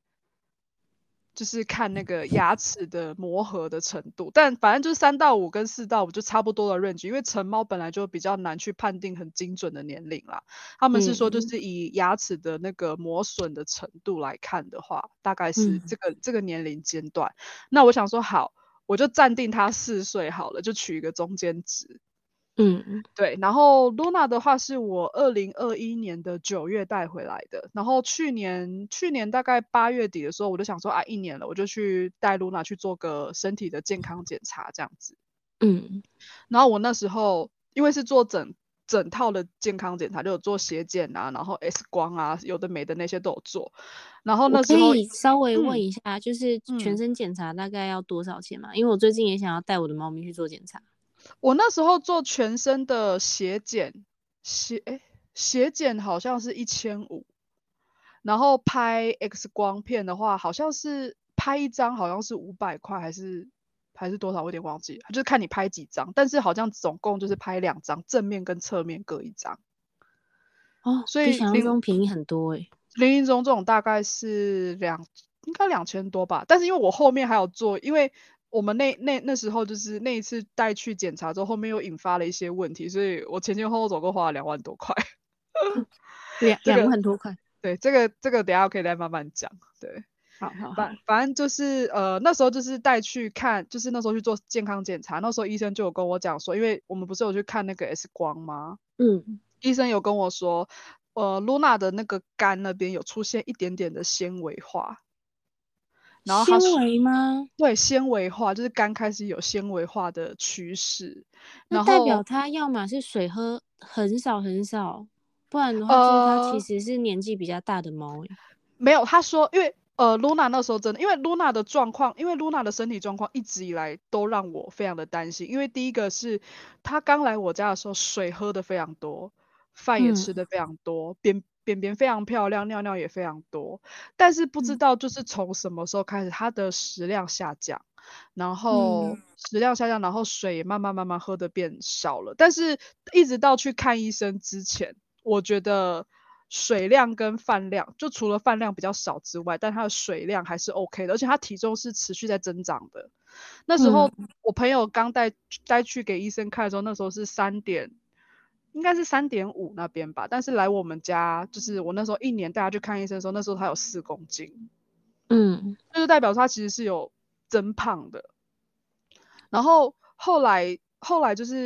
就是看那个牙齿的磨合的程度。但反正就是3到5跟4到5就差不多的 range，因为成猫本来就比较难去判定很精准的年龄啦。他们是说，就嗯， 是以牙齿的那个磨损的程度来看的话，大概是这嗯， 个这个年龄间段。那我想说，好，我就暂定他4岁好了，就取一个中间值。 嗯， 对，然后 Luna 的话是我2021年的9月带回来的，然后去年大概8月底的时候，我就想说啊，1年了，我就去带 Luna 去做个身体的健康检查这样子。 嗯， 然后我那时候因为是做整套的健康检查，就有做血检啊，然后 X 光啊，有的没的那些都有做。然后我可那时候以稍微问嗯一下，就是全嗯， 身检查大概要多少钱吗？因为我最近也想要带我的猫咪去做检查。 我那时候做全身的血检，血检好像是1500。然后拍 X 光片的话，好像是拍一张好像是500块还是多少，我有点忘记了，就是看你拍几张，但是好像总共就是拍2张，正面跟侧面各一张。 哦， 所比想象以中便宜很多诶。 林林总总大概是应该2000多吧。但是因为我后面还有做，因为我们那时候就是那一次带去检查之后，后面又引发了一些问题，所以我前前后后总共花了2万多块。 两这个两万多块。 对，这个等一下可以再慢慢讲。对。 好好好。 反正就是那时候就是带去看，就是那时候去做健康检查，那时候医生就有跟我讲说，因为我们不是有去看那个 X 光吗？ 嗯， 医生有跟我说，Luna 的那个肝那边有出现一点点的纤维化。然后他纤说， 维吗？ 对，纤维化就是肝开始有纤维化的趋势。 那代表然后它要么是水喝很少很少，不然的话就是它其呃实是年纪比较大的猫诶。 没有，他说因为Luna 那时候真的，因为 Luna 的状况，因为 Luna 的身体状况一直以来都让我非常的担心。因为第一个是他刚来我家的时候，水喝的非常多，饭也嗯， 吃的非常多，便非常漂亮，尿尿也非常多。但是不知嗯， 道就是从什么时候开始，他的食量下降，然后嗯， 食量下降，然后水也慢慢喝的变少了。但是一直到去看医生之前，我觉得水量跟饭量，就除了饭量比较少之外，但它的水量还是 OK 的，而且它体重是持续在增长的。那时候嗯， 我朋友刚带去给医生看的时候，那时候是应该是3.5那边吧。但是来我们家，就是我那时候1年带他去看医生的时候，那时候他有4公斤， 嗯， 就是代表说他其实是有增胖的。然后后来就是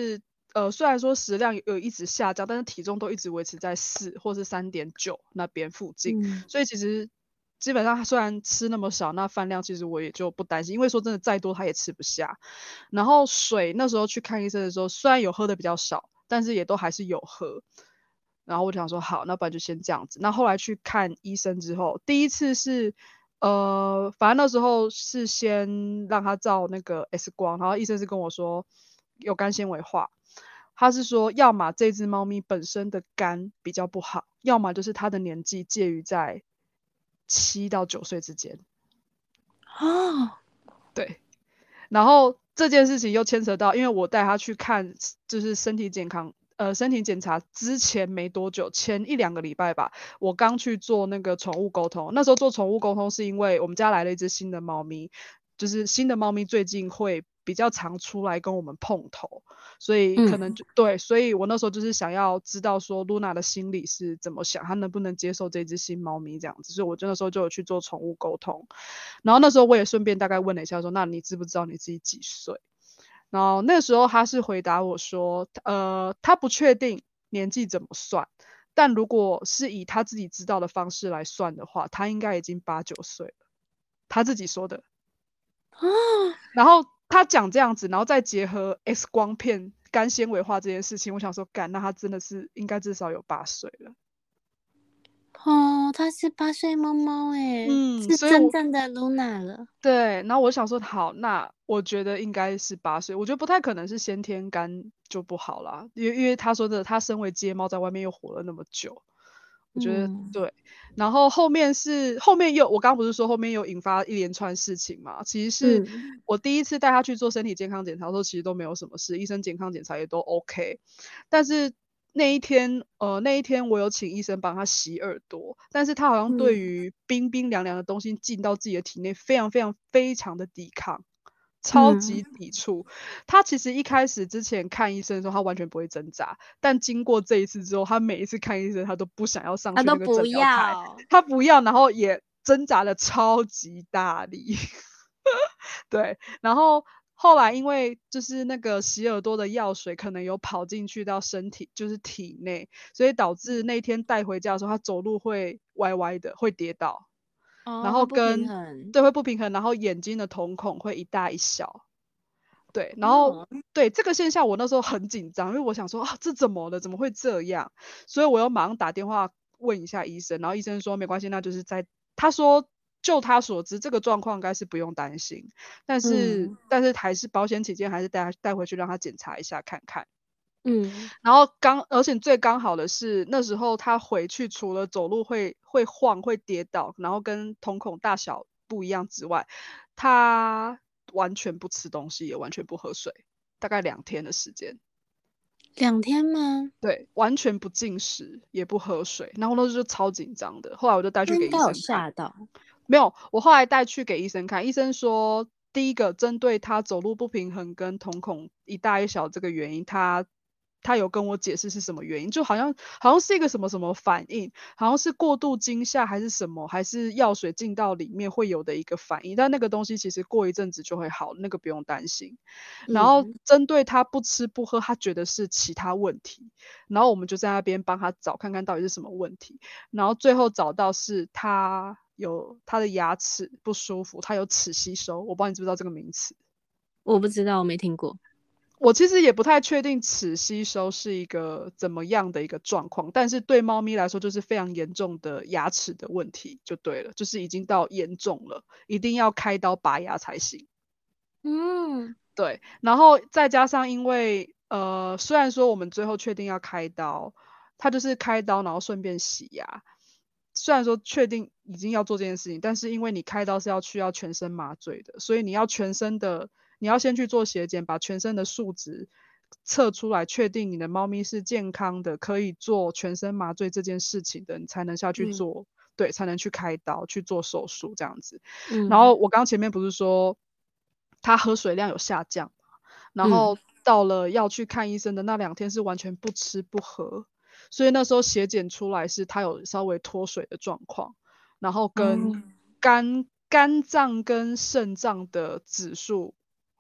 虽然说食量有一直下降，但是体重都一直维持在4或是3.9那边附近，所以其实基本上他虽然吃那么少，那饭量其实我也就不担心，因为说真的再多他也吃不下。然后水那时候去看医生的时候，虽然有喝的比较少，但是也都还是有喝。然后我就想说好，那不然就先这样子。那后来去看医生之后，第一次是反正那时候是先让他照那个 X 光，然后医生是跟我说有肝纤维化。他是说，要么这只猫咪本身的肝比较不好，要么就是它的年纪介于在7到9岁之间。 哦， 对，然后这件事情又牵扯到，因为我带它去看，就是身体检查之前没多久，前1-2个礼拜吧，我刚去做那个宠物沟通。那时候做宠物沟通是因为我们家来了一只新的猫咪，就是新的猫咪最近会比较常出来跟我们碰头，所以可能对，所以我那时候就是想要知道说 Luna 的心里是怎么想，她能不能接受这只新猫咪这样子，所以我那时候就有去做宠物沟通。然后那时候我也顺便大概问了一下说，那你知不知道你自己几岁？然后那时候他是回答我说，他不确定年纪怎么算，但如果是以他自己知道的方式来算的话，他应该已经8、9岁了，他自己说的。然后他讲这样子，然后再结合 X 光片肝纤维化这件事情，我想说，干，那他真的是应该至少有8岁了。 哦，它是8岁猫猫诶，是所以我真正的 Luna 了。 对，然后我想说，好，那我觉得应该是8岁，我觉得不太可能是先天肝就不好啦，因为他说的，他身为街猫在外面又活了那么久，我觉得对。然后后面又，我刚刚不是说后面又引发一连串事情嘛？其实是我第一次带他去做身体健康检查的时候，其实都没有什么事，医生健康检查也都 OK，但是那一天我有请医生帮他洗耳朵，但是他好像对于冰冰凉凉的东西进到自己的体内非常非常非常的抵抗，超级抵触。他其实一开始之前看医生的时候，他完全不会挣扎，但经过这一次之后，他每一次看医生，他都不想要上去那个诊它都不疗台， 要。 他不要，然后也挣扎的超级大力。对，然后后来因为就是那个洗耳朵的药水可能有跑进去到身体，就是体内，所以导致那天带回家的时候，他走路会歪歪的，会跌倒，然哦，会不平后衡。 对，会不平衡，然后眼睛的瞳孔会一大一小。对，然后对这个现象我那时候很紧张，因为我想说啊，这怎么了？怎么会这样？所以我又马上打电话问一下医生，然后医生说没关系，那就是他说就他所知，这个状况应该是不用担心，但是还是保险起见，还是带回去让他检查一下看看。然后而且最刚好的是，那时候他回去除了走路会晃、会跌倒，然后跟瞳孔大小不一样之外，他完全不吃东西，也完全不喝水，大概2天的时间。 2天吗？ 对，完全不进食，也不喝水，然后那时候就超紧张的。后来我就带去给它应该有医生看， 吓到。 没有，我后来带去给医生看，医生说，第一个针对他走路不平衡跟瞳孔一大一小这个原因，他有跟我解释是什么原因，就好像是一个什么什么反应，好像是过度惊吓还是什么，还是药水进到里面会有的一个反应，但那个东西其实过一阵子就会好，那个不用担心。然后针对他不吃不喝，他觉得是其他问题，然后我们就在那边帮他找看看到底是什么问题，然后最后找到是他的牙齿不舒服，他有齿吸收，我不知道你知不知道这个名词。 我不知道，我没听过。 我其实也不太确定齿吸收是一个怎么样的一个状况，但是对猫咪来说就是非常严重的牙齿的问题就对了，就是已经到严重了，一定要开刀拔牙才行。对，然后再加上因为虽然说我们最后确定要开刀，他就是开刀然后顺便洗牙。虽然说确定已经要做这件事情，但是因为你开刀是要全身麻醉的，所以你要先去做血检，把全身的数值测出来，确定你的猫咪是健康的，可以做全身麻醉这件事情的，你才能下去做，对，才能去开刀去做手术这样子。然后我刚前面不是说他喝水量有下降嘛，然后到了要去看医生的那2天是完全不吃不喝，所以那时候血检出来是他有稍微脱水的状况，然后跟肝脏跟肾脏的指数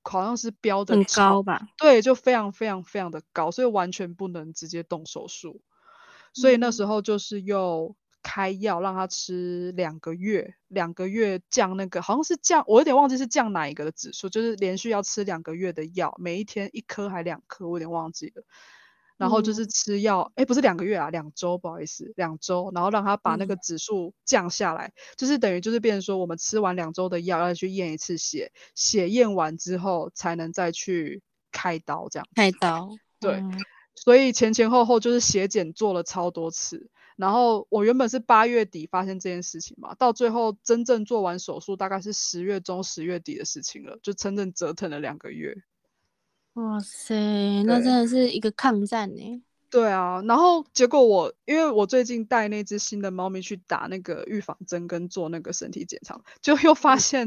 好像是标的很高吧？ 对，就非常非常非常的高，所以完全不能直接动手术。所以那时候就是又开药让他吃2个月，2个月降那个好像是降我有点忘记是降哪一个的指数，就是连续要吃2个月的药，每一天1颗还2颗，我有点忘记了。然后就是吃药不是2个月啊，2周，不好意思，2周，然后让他把那个指数降下来，就是等于就是变成说我们吃完2周的药要再去验一次血，血验完之后才能再去开刀这样子。 开刀。 对，所以前前后后就是血检做了超多次。然后我原本是8月底发现这件事情嘛，到最后真正做完手术大概是10月中10月底的事情了，就真正折腾了2个月。 哇塞，那真的是一个抗战欸。 对啊，然后结果因为我最近带那只新的猫咪去打那个预防针跟做那个身体检查，就又发现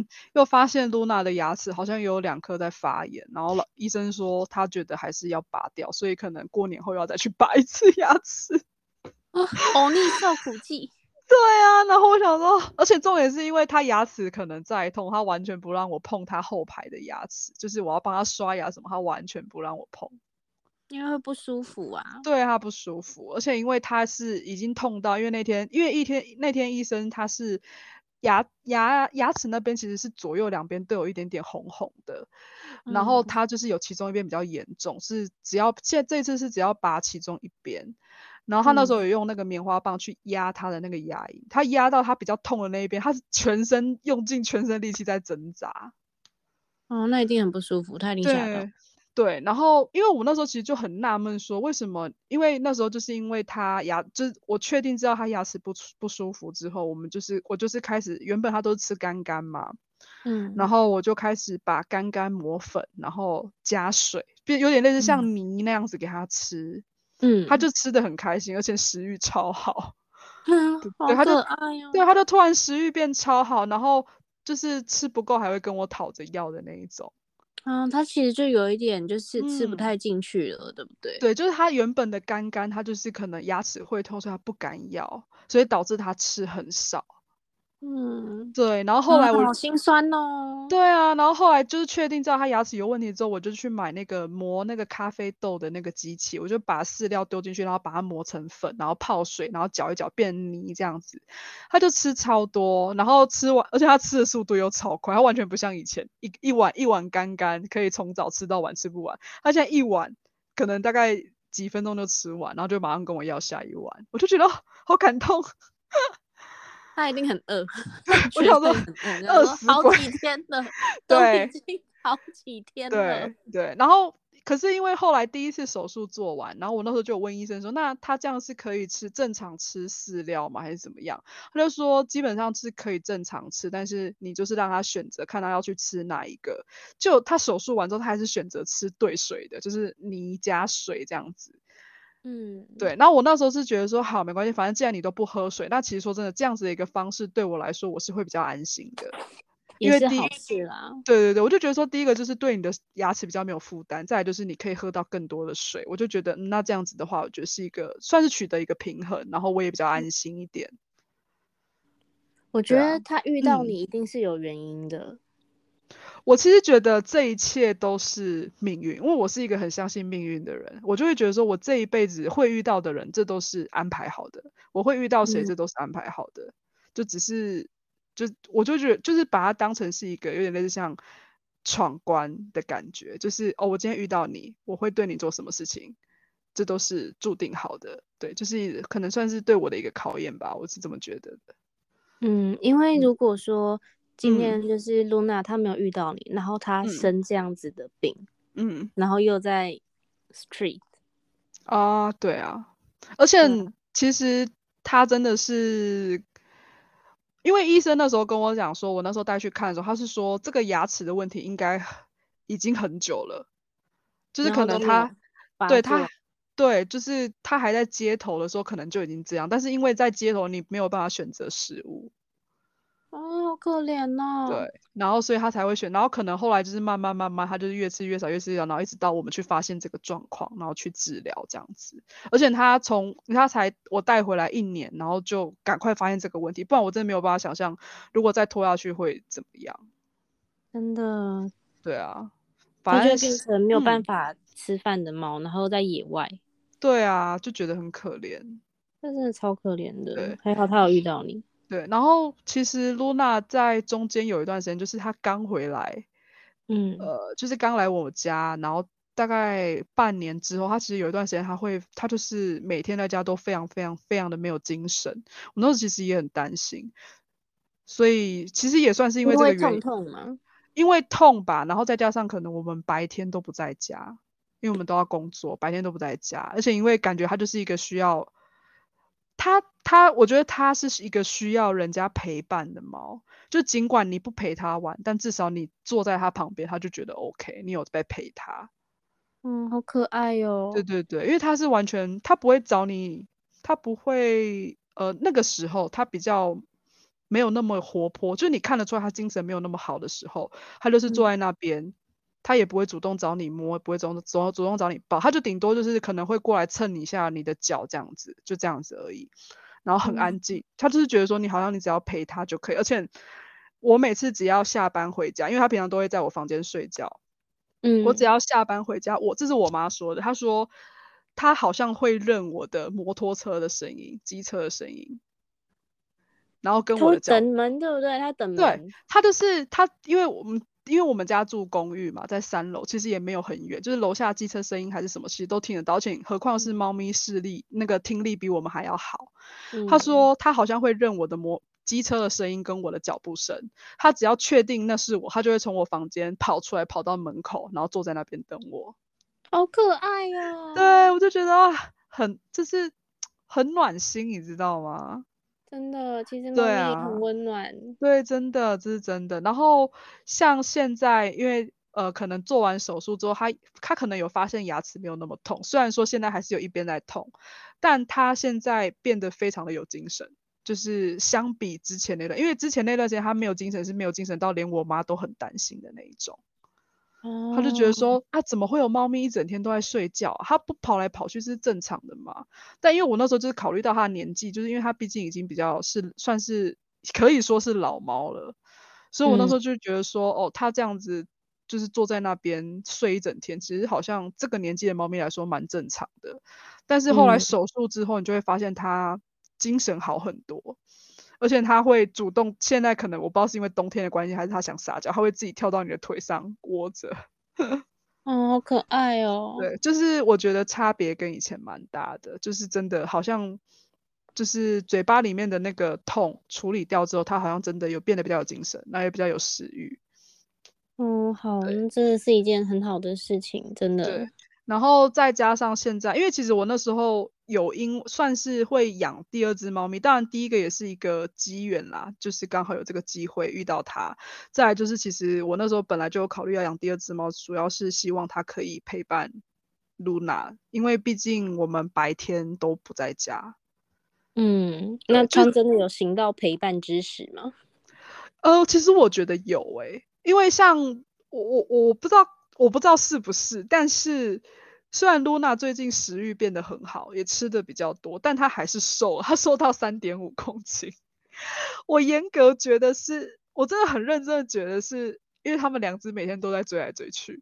Luna 的牙齿好像有2颗在发炎，然后医生说他觉得还是要拔掉，所以可能过年后要再去拔一次牙齿。 欧尼受苦计。 对啊，然后我想说，而且重点是因为他牙齿可能在痛，他完全不让我碰他后排的牙齿，就是我要帮他刷牙什么，他完全不让我碰。 因为会不舒服啊。 对，他不舒服，而且因为他是已经痛到，因为那天医生他是牙齿那边其实是左右两边都有一点点红红的，然后他就是有其中一边比较严重，是这次是只要拔其中一边，然后他那时候有用那个棉花棒去压他的那个牙龈，他压到他比较痛的那一边，他是用尽全身力气在挣扎。 哦，那一定很不舒服，他一定吓到。 对，然后因为我那时候其实就很纳闷说为什么，因为那时候就是因为他就是我确定知道他牙齿不舒服之后，我就是开始原本他都是吃干干嘛，然后我就开始把干干磨粉，然后加水，有点类似像泥那样子给他吃，他就吃的很开心，而且食欲超好。 好可爱哦。 对，他就突然食欲变超好，然后就是吃不够还会跟我讨着要的那一种。 他其实就有一点就是吃不太进去了，对不对？ 对，就是他原本的干干，他就是可能牙齿会痛，所以他不敢咬，所以导致他吃很少。对，然后后来好心酸哦。 对啊，然后后来就是确定知道他牙齿有问题之后，我就去买那个磨那个咖啡豆的那个机器，我就把饲料丢进去，然后把它磨成粉，然后泡水，然后搅一搅变泥这样子。他就吃超多，然后吃完，而且他吃的速度又超快，他完全不像以前一碗干干可以从早吃到晚吃不完，他现在一碗可能大概几分钟就吃完，然后就马上跟我要下一碗，我就觉得好感动。 他一定很饿， 我想说饿死鬼， 好几天了，都已经好几天了。 对，然后可是因为后来第一次手术做完，然后我那时候就有问医生说，那他这样是可以正常吃饲料吗，还是怎么样？他就说基本上是可以正常吃，但是你就是让他选择，看他要去吃哪一个。就他手术完之后，他还是选择吃兑水的，就是泥加水这样子。对，然后我那时候是觉得说好没关系，反正既然你都不喝水，那其实说真的，这样子的一个方式对我来说，我是会比较安心的， 也是好事啦。 对，我就觉得说第一个就是对你的牙齿比较没有负担，再来就是你可以喝到更多的水，我就觉得那这样子的话，我觉得是一个算是取得一个平衡，然后我也比较安心一点。 我觉得他遇到你一定是有原因的。 我其实觉得这一切都是命运，因为我是一个很相信命运的人，我就会觉得说我这一辈子会遇到的人，这都是安排好的，我会遇到谁，这都是安排好的，就只是我就觉得就是把它当成是一个有点类似像闯关的感觉，就是我今天遇到你，我会对你做什么事情，这都是注定好的，对，就是可能算是对我的一个考验吧，我是这么觉得的。 因为如果说今天就是 Luna 她没有遇到你，然后她生这样子的病，然后又在 street 啊，对啊，而且其实她真的是，因为医生那时候跟我讲说，我那时候带去看的时候，他是说这个牙齿的问题应该已经很久了，就是可能对，就是他还在街头的时候，可能就已经这样，但是因为在街头你没有办法选择食物。 好可怜哦。 对，然后所以他才会选，然后可能后来就是慢慢，他就是越吃越少，越吃越少，然后一直到我们去发现这个状况，然后去治疗这样子。而且他才我带回来1年，然后就赶快发现这个问题，不然我真的没有办法想象，如果再拖下去会怎么样。 真的。 对啊， 它就会反正变成没有办法吃饭的猫，然后在野外， 对啊，就觉得很可怜。 那真的超可怜的。 对还好它有遇到你。 对，然后其实露娜在中间有一段时间，就是她刚回来， 嗯， 就是刚来我家，然后大概半年之后，她其实有一段时间，她就是每天在家都非常非常非常的没有精神。我那时候其实也很担心，所以其实也算是因因为会为这个原因， 痛痛嘛。 因为痛吧，然后再加上可能我们白天都不在家，因为我们都要工作，白天都不在家，而且因为感觉她就是一个需要。我觉得它是一个需要人家陪伴的猫，就尽管你不陪它玩，但至少你坐在它旁边，它就觉得 OK，你有在陪它。 嗯，好可爱哟。 对对对，因为它是完全，它不会找你，它不会，那个时候它比较没有那么活泼，就你看得出来它精神没有那么好的时候，它就是坐嗯在那边，它也不会主动找你摸，不会主动找你抱，它就顶多就是可能会过来蹭你一下你的脚这样子，就这样子而已。然后很嗯安静，他就是觉得说你只要陪他就可以，而且我每次只要下班回家，因为他平常都会在我房间睡觉，我只嗯， 要下班回家，这是我妈说的，她说她好像会认我的摩托车的声音、机车的声音，然后跟它会我的脚等门，对不对？它等对， 门。 他就是他，因为我们家住公寓嘛，在3楼，其实也没有很远，就是楼下机车声音还是什么，其实都听得到，而且何况是猫咪视力，那个听力比我们还要好。他嗯， 说他好像会认我的机车的声音跟我的脚步声，他只要确定那是我，他就会从我房间跑出来，跑到门口，然后坐在那边等我。 好可爱哟。 对，我就觉得啊，就是很暖心，你知道吗？ 真的，其实猫对咪也很啊。 温暖。 对，真的，这是真的。然后像现在，因为可能做完手术之后，他可能有发现牙齿没有那么痛，虽然说现在还是有一边在痛，但他现在变得非常的有精神。就是相比之前那段，因为之前那段时间他没有精神，是没有精神到连我妈都很担心的那一种。他就觉得哦。 说，啊，怎么会有猫咪一整天都在睡觉啊？它不跑来跑去是正常的嘛？但因为我那时候就是考虑到它的年纪，就是因为它毕竟已经比较算是可以说是老猫了，所以我那时嗯候就觉得说，哦，它这样子就是坐在那边睡一整天，其实好像这个年纪的猫咪来说蛮正常的。但是后来嗯， 手术之后，你就会发现它精神好很多。而且它会主动，现在可能我不知道是因为冬天的关系，还是它想撒娇，它会自己跳到你的腿上窝着。 哦，好可爱哦。 对，就是我觉得差别跟以前蛮大的，就是真的好像就是嘴巴里面的那个痛处理掉之后，它好像真的有变得比较有精神，那也比较有食欲。 哦，好， 对那真的是一件很好的事情，真对， 的。 然后再加上现在，因为其实我那时候算是会养第二只猫咪，当然第一个也是一个机缘啦，就是刚好有这个机会遇到它。再来就是其实我那时候本来就有考虑要养第二只猫，主要是希望它可以陪伴露娜，因为毕竟我们白天都不在家。 嗯，那对， 它真的有行到陪伴之实吗？ 其实我觉得有诶、因为像我不知道是不是，但是虽然露娜最近食欲变得很好，也吃的比较多，但她还是瘦了，她瘦到3.5公斤。我严格觉得是，我真的很认真的觉得是，因为他们2只每天都在追来追去。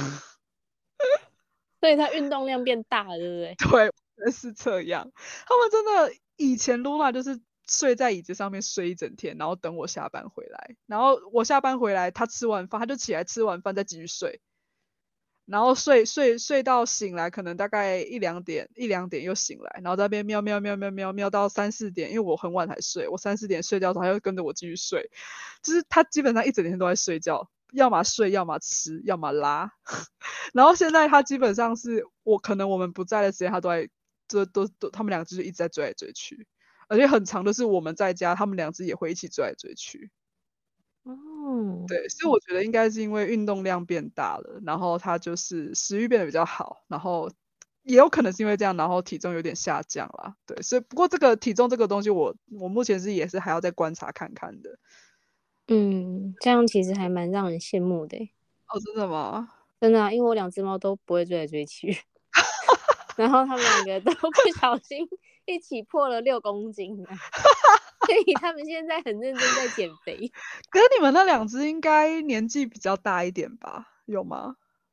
所以它运动量变大了，对不对？ 对，是这样。他们真的以前露娜就是睡在椅子上面睡一整天，然后等我下班回来，然后我下班回来，她吃完饭，她就起来吃完饭再继续睡，然后睡到醒来，可能大概一两点又醒来，然后在那边喵喵喵喵喵喵到3、4点，因为我很晚才睡，我3、4点睡觉，他又跟着我继续睡，就是他基本上一整天都在睡觉，要么睡，要么吃，要么拉。然后现在他基本上是可能我们不在的时间，他都在，他们两只就一直在追来追去，而且很长的是我们在家，他们2只也会一起追来追去。 哦。 对，所以我觉得应该是因为运动量变大了，然后他就是食欲变得比较好，然后也有可能是因为这样，然后体重有点下降啦。对，所以不过这个体重这个东西我目前也是还要再观察看看的。 嗯，这样其实还蛮让人羡慕的欸。 哦，真的吗？ 真的啊，因为我2只猫都不会追来追去，然后它们2个都不小心一起破了6公斤啊，所以它们现在很认真在减肥。 可是你们那2只应该年纪比较大一点吧？有吗？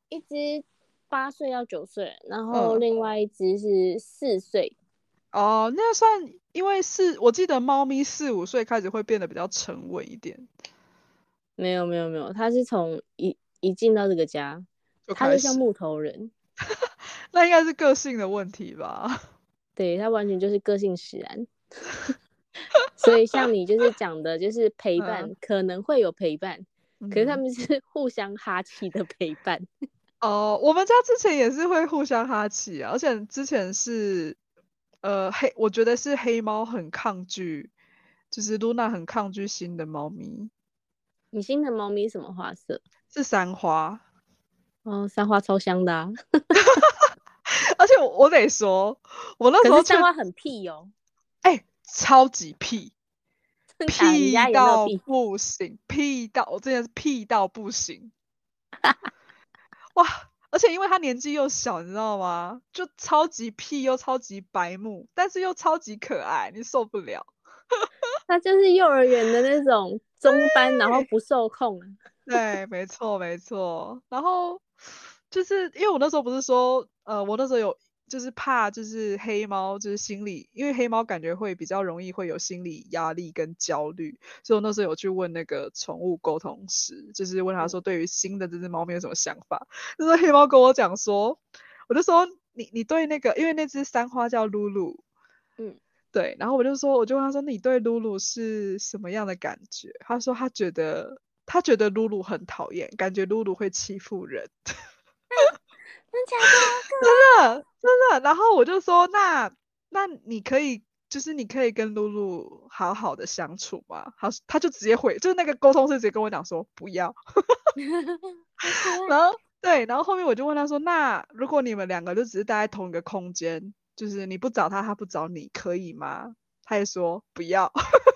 一只8岁到9岁，然后嗯， 另外一只是4岁。 哦，那算，因为我记得猫咪4、5岁开始会变得比较沉稳一点， 没有没有没有，它是从一进到这个家， 就开始， 它就像木头人。 那应该是个性的问题吧？ 对，它完全就是个性使然。所以像你就是讲的，就是陪嗯伴可能会有陪伴，可是他嗯。 们是互相哈气的陪伴。 哦，我们家之前也是会互相哈气啊，而且之前是，我觉得是黑猫很抗拒，就是露娜很抗拒新的猫咪， 你新的猫咪什么花色？ 是三花， 哦，三花超香的啊。 而且我得说，我那可是时候去， 三花很屁哦。 哎、超级屁， 真假的？你屁家也那么到屁？ 不行，我真的是屁到不行，哇！而且因为它年纪又小，你知道吗？就超级屁又超级白目，但是又超级可爱，你受不了。 它就是幼儿园的那种中班，然后不受控啊。 对，没错没错。然后就是因为我那时候不是说，我那时候有就是怕就是黑猫就是心理，因为黑猫感觉会比较容易会有心理压力跟焦虑，所以我那时候有去问那个宠物沟通师，就是问他嗯说对于新的这只猫咪有什么想法。那时候黑猫跟我讲说，我就说你对那个，因为那只三花叫露露。 嗯。 对，然后我就问他说："你对露露是什么样的感觉？"他说他觉得露露很讨厌，感觉露露会欺负人， 真假的？好可真的真的。然后我就说："那你可以就是你可以跟露露好好的相处吗？"他就直接回，就是那个沟通师直接跟我讲说不要。 爱，好可爱。 然后对，然后后面我就问他说："那如果你们两个就只是待在同一个空间，就是你不找他，他不找你，可以吗？"他也说不要。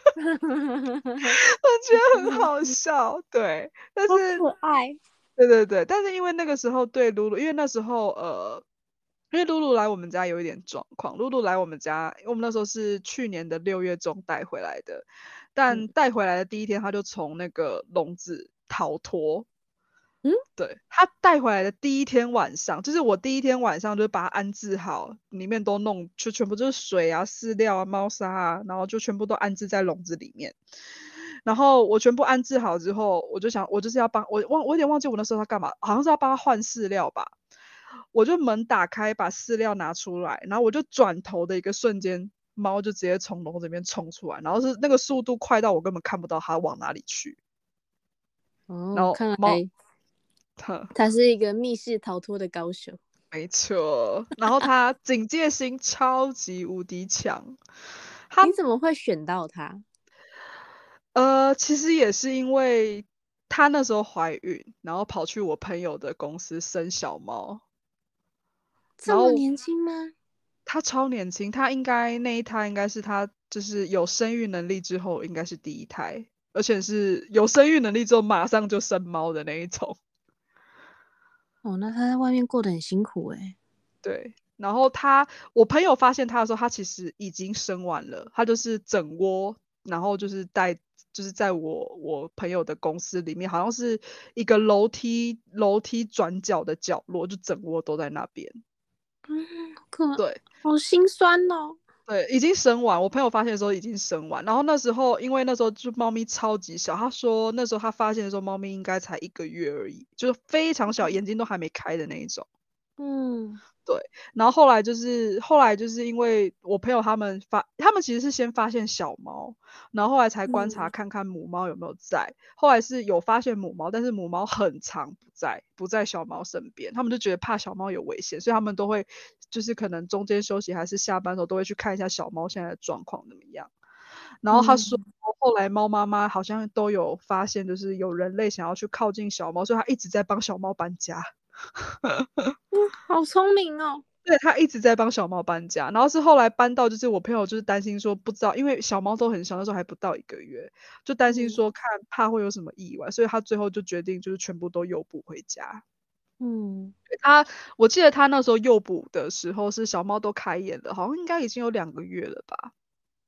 我觉得很好笑，对，但好是， 可爱。 对对对，但是因为那个时候对露露，因为那时候因为露露来我们家有一点状况，露露来我们家，我们那时候是去年的6月中带回来的，但嗯带回来的第一天，他就从那个笼子逃脱。 嗯。 对，他带回来的第一天晚上，就是我第一天晚上就把它安置好，里面都弄，就全部就是水啊、饲料啊、猫砂啊，然后就全部都安置在笼子里面。然后我全部安置好之后，我就想，我就是要帮我有点忘记我那时候他干嘛，好像是要帮他换饲料吧。我就门打开，把饲料拿出来，然后我就转头的一个瞬间，猫就直接从笼子里面冲出来，然后是那个速度快到我根本看不到它往哪里去。然哦， 后猫， 看来哼， 他是一个密室逃脱的高手。 没错，然后它警戒心超级无敌强。它你怎么会选到他？ 其实也是因为她那时候怀孕，然后跑去我朋友的公司生小猫，然后这么年轻吗？ 她超年轻，她应该那一胎应该是她就是有生育能力之后应该是第一胎，而且是有生育能力之后马上就生猫的那一种。 哦，那他在外面过得很辛苦诶。 对，然后我朋友发现他的时候，他其实已经生完了，他就是整窝，然后就是在我朋友的公司里面，好像是一个楼梯转角的角落，就整窝都在那边。 嗯， 对好心酸哦。 对，已经生完，我朋友发现的时候已经生完，然后那时候因为那时候就猫咪超级小，他说那时候他发现的时候，猫咪应该才1个月而已，就是非常小，眼睛都还没开的那一种。 嗯对，然后后来就是因为我朋友他们其实是先发现小猫，然后后来才观察嗯看看母猫有没有在，后来是有发现母猫，但是母猫很长不在小猫身边，他们就觉得怕小猫有危险，所以他们都会就是可能中间休息还是下班的时候都会去看一下小猫现在的状况怎么样。然后他说嗯。 后来猫妈妈好像都有发现，就是有人类想要去靠近小猫，所以他一直在帮小猫搬家。 好聪明哦。 对，他一直在帮小猫搬家，然后是后来搬到，就是我朋友就是担心说不知道，因为小猫都很小，那时候还不到1个月，就担心嗯说怕会有什么意外，所以他最后就决定就是全部都诱捕回家。 嗯。 我记得他那时候诱捕的时候是小猫都开眼了，好像应该已经有2个月了吧。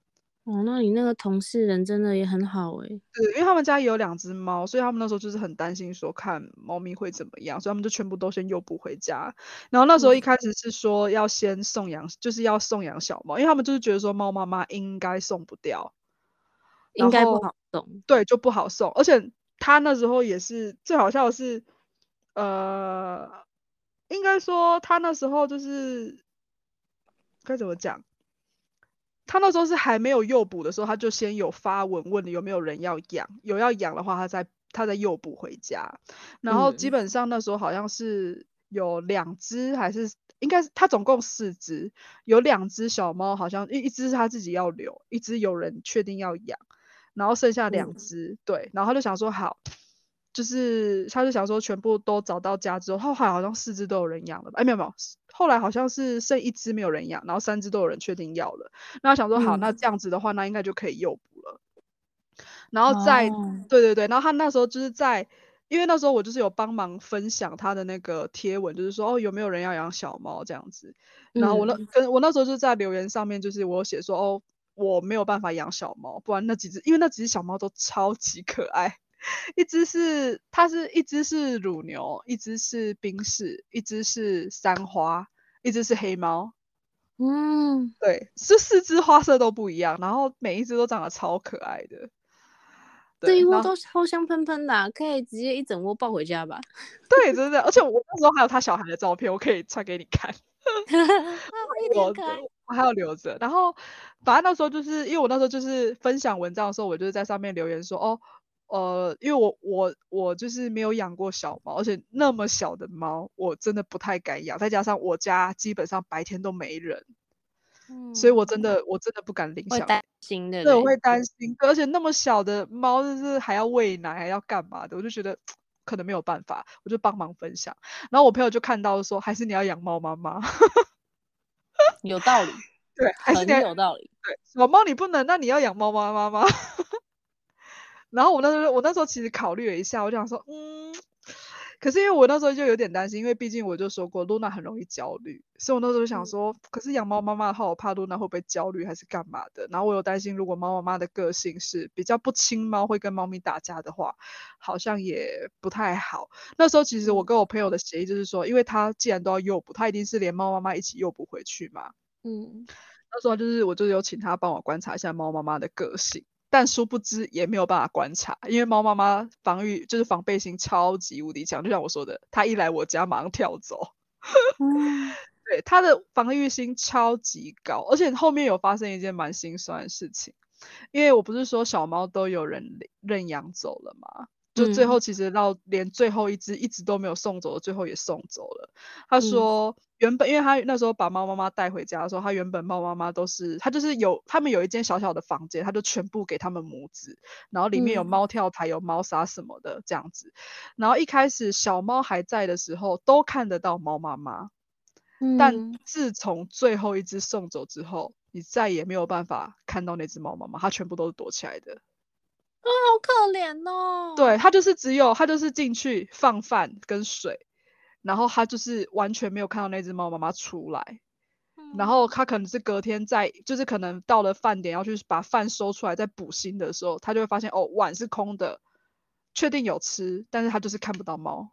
哦，那你那个同事人真的也很好欸。 对，因为他们家也有2只猫，所以他们那时候就是很担心说看猫咪会怎么样，所以他们就全部都先诱捕回家。然后那时候一开始是说要先送养，就是要送养小猫，因为他们就是觉得说猫妈妈应该送不掉，然应该不后好送。 对，就不好送。而且他那时候也是最好笑的是，呃，应该说他那时候就是该怎么讲？他那时候是还没有诱捕的时候，他就先有发文问有没有人要养，有要养的话，他再诱捕回家。然后基本上那时候好像是有2只，还是应该是他总共4只，有2只小猫，好像一只是他自己要留，一只有人确定要养，然后剩下2只，对，然后他就想说好。就是他就想说全部都找到家之后，后来好像4只都有人养了吧？哎，没有没有，后来好像是剩1只没有人养，然后3只都有人确定要了。那他想说好，那这样子的话，那应该就可以诱捕了。然后对对对，然后他那时候就是因为那时候我就是有帮忙分享他的那个贴文，就是说有没有人要养小猫这样子。然后我那时候就在留言上面，就是我有写说我没有办法养小猫，不然因为那几只小猫都超级可爱。一只是乳牛，一只是宾士，一只是三花，一只是黑猫。对，这4只花色都不一样，然后每一只都长得超可爱的。 这一对， 窝都超香喷喷的啊，可以直接一整窝抱回家吧？ 对，真的，而且我那时候还有他小孩的照片，我可以传给你看。 一点可爱。 我还要留着。然后反正那时候就是因为我那时候就是分享文章的时候，我就是在上面留言说因为我就是没有养过小猫，而且那么小的猫我真的不太敢养，再加上我家基本上白天都没人，所以我真的不敢领小孩。 会担心的对，我嘞。 会担心，而且那么小的猫就是还要喂奶，还要干嘛的，我就觉得可能没有办法，我就帮忙分享。然后我朋友就看到说，还是你要养猫妈妈。 有道理， 对，还是你很要有道理。 对，小猫你不能，那你要养猫妈妈。然后我那时候其实考虑了一下，我就想说，可是因为我那时候就有点担心，因为毕竟我就说过露娜很容易焦虑，所以我那时候就想说，可是养猫妈妈的话，我怕露娜会不会焦虑还是干嘛的。然后我有担心，如果猫妈妈的个性是比较不亲猫，会跟猫咪打架的话，好像也不太好。那时候其实我跟我朋友的协议就是说，因为他既然都要诱捕，他一定是连猫妈妈一起诱捕回去嘛。那时候就是我就有请他帮我观察一下猫妈妈的个性。但殊不知也没有办法观察，因为猫妈妈防备心超级无敌强，就像我说的，它一来我家马上跳走。对，它的防御心超级高，而且后面有发生一件蛮心酸的事情，因为我不是说小猫都有人认养走了吗？就最后其实连最后一只一直都没有送走的，最后也送走了。他说原本因为他那时候把猫妈妈带回家的时候，他原本猫妈妈他们有一间小小的房间，他就全部给他们母子，然后里面有猫跳台、有猫砂什么的这样子。然后一开始小猫还在的时候，都看得到猫妈妈。但自从最后一只送走之后，你再也没有办法看到那只猫妈妈，它全部都是躲起来的。 好可怜哦。 对，它就是进去放饭跟水，然后它就是完全没有看到那只猫妈妈出来。然后它可能是隔天就是可能到了饭点要去把饭收出来再补新的时候，它就会发现碗是空的，确定有吃，但是它就是看不到猫。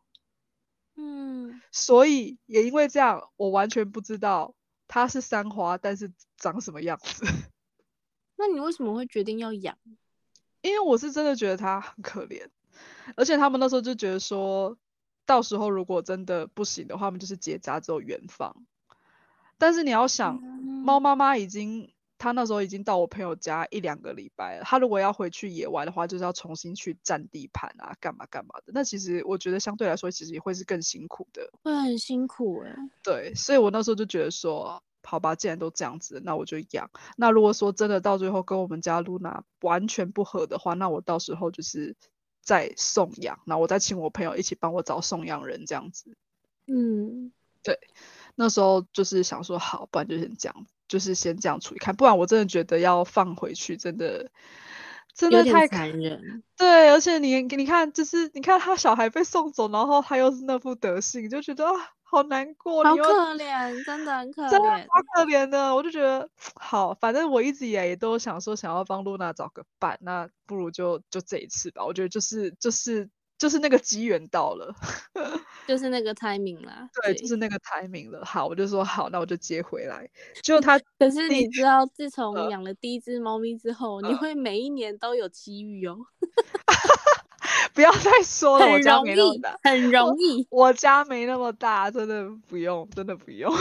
所以也因为这样，我完全不知道它是三花，但是长什么样子。 那你为什么会决定要养？ 因为我是真的觉得它很可怜，而且他们那时候就觉得说，到时候如果真的不行的话，他们就是结扎之后原放。但是你要想，猫妈妈她那时候已经到我朋友家1-2个礼拜了，她如果要回去野外的话，就是要重新去占地盘啊，干嘛干嘛的。那其实我觉得相对来说，其实也会是更辛苦的。 会很辛苦对，所以我那时候就觉得说，好吧，既然都这样子，那我就养。那如果说真的到最后跟我们家露娜完全不合的话，那我到时候就是再送养，那我再请我朋友一起帮我找送养人这样子。对，那时候就是想说，好，不然就先这样，就是先这样处理看，不然我真的觉得要放回去，真的有点真的太残忍。 对，而且你看，就是你看他小孩被送走，然后他又是那副德性，就觉得啊，好难过， 好你又可怜，真的很可真的怜。 超可怜的，我就觉得好，反正我一直以来也都想说想要帮露娜找个伴，那不如就这一次吧，我觉得就是那个机缘到了。 就是那个 timing 啦， 对，就对。 是那个 timing 了。好，我就说好，那我就接回来。结果他可是第一你知道，自从呃养了第一只猫咪之后，你呃， 会每一年都有机遇哦， 不要再说了，我很家容易， 没那么大， 很我容易。 我家没那么大，真的不用，真的不用。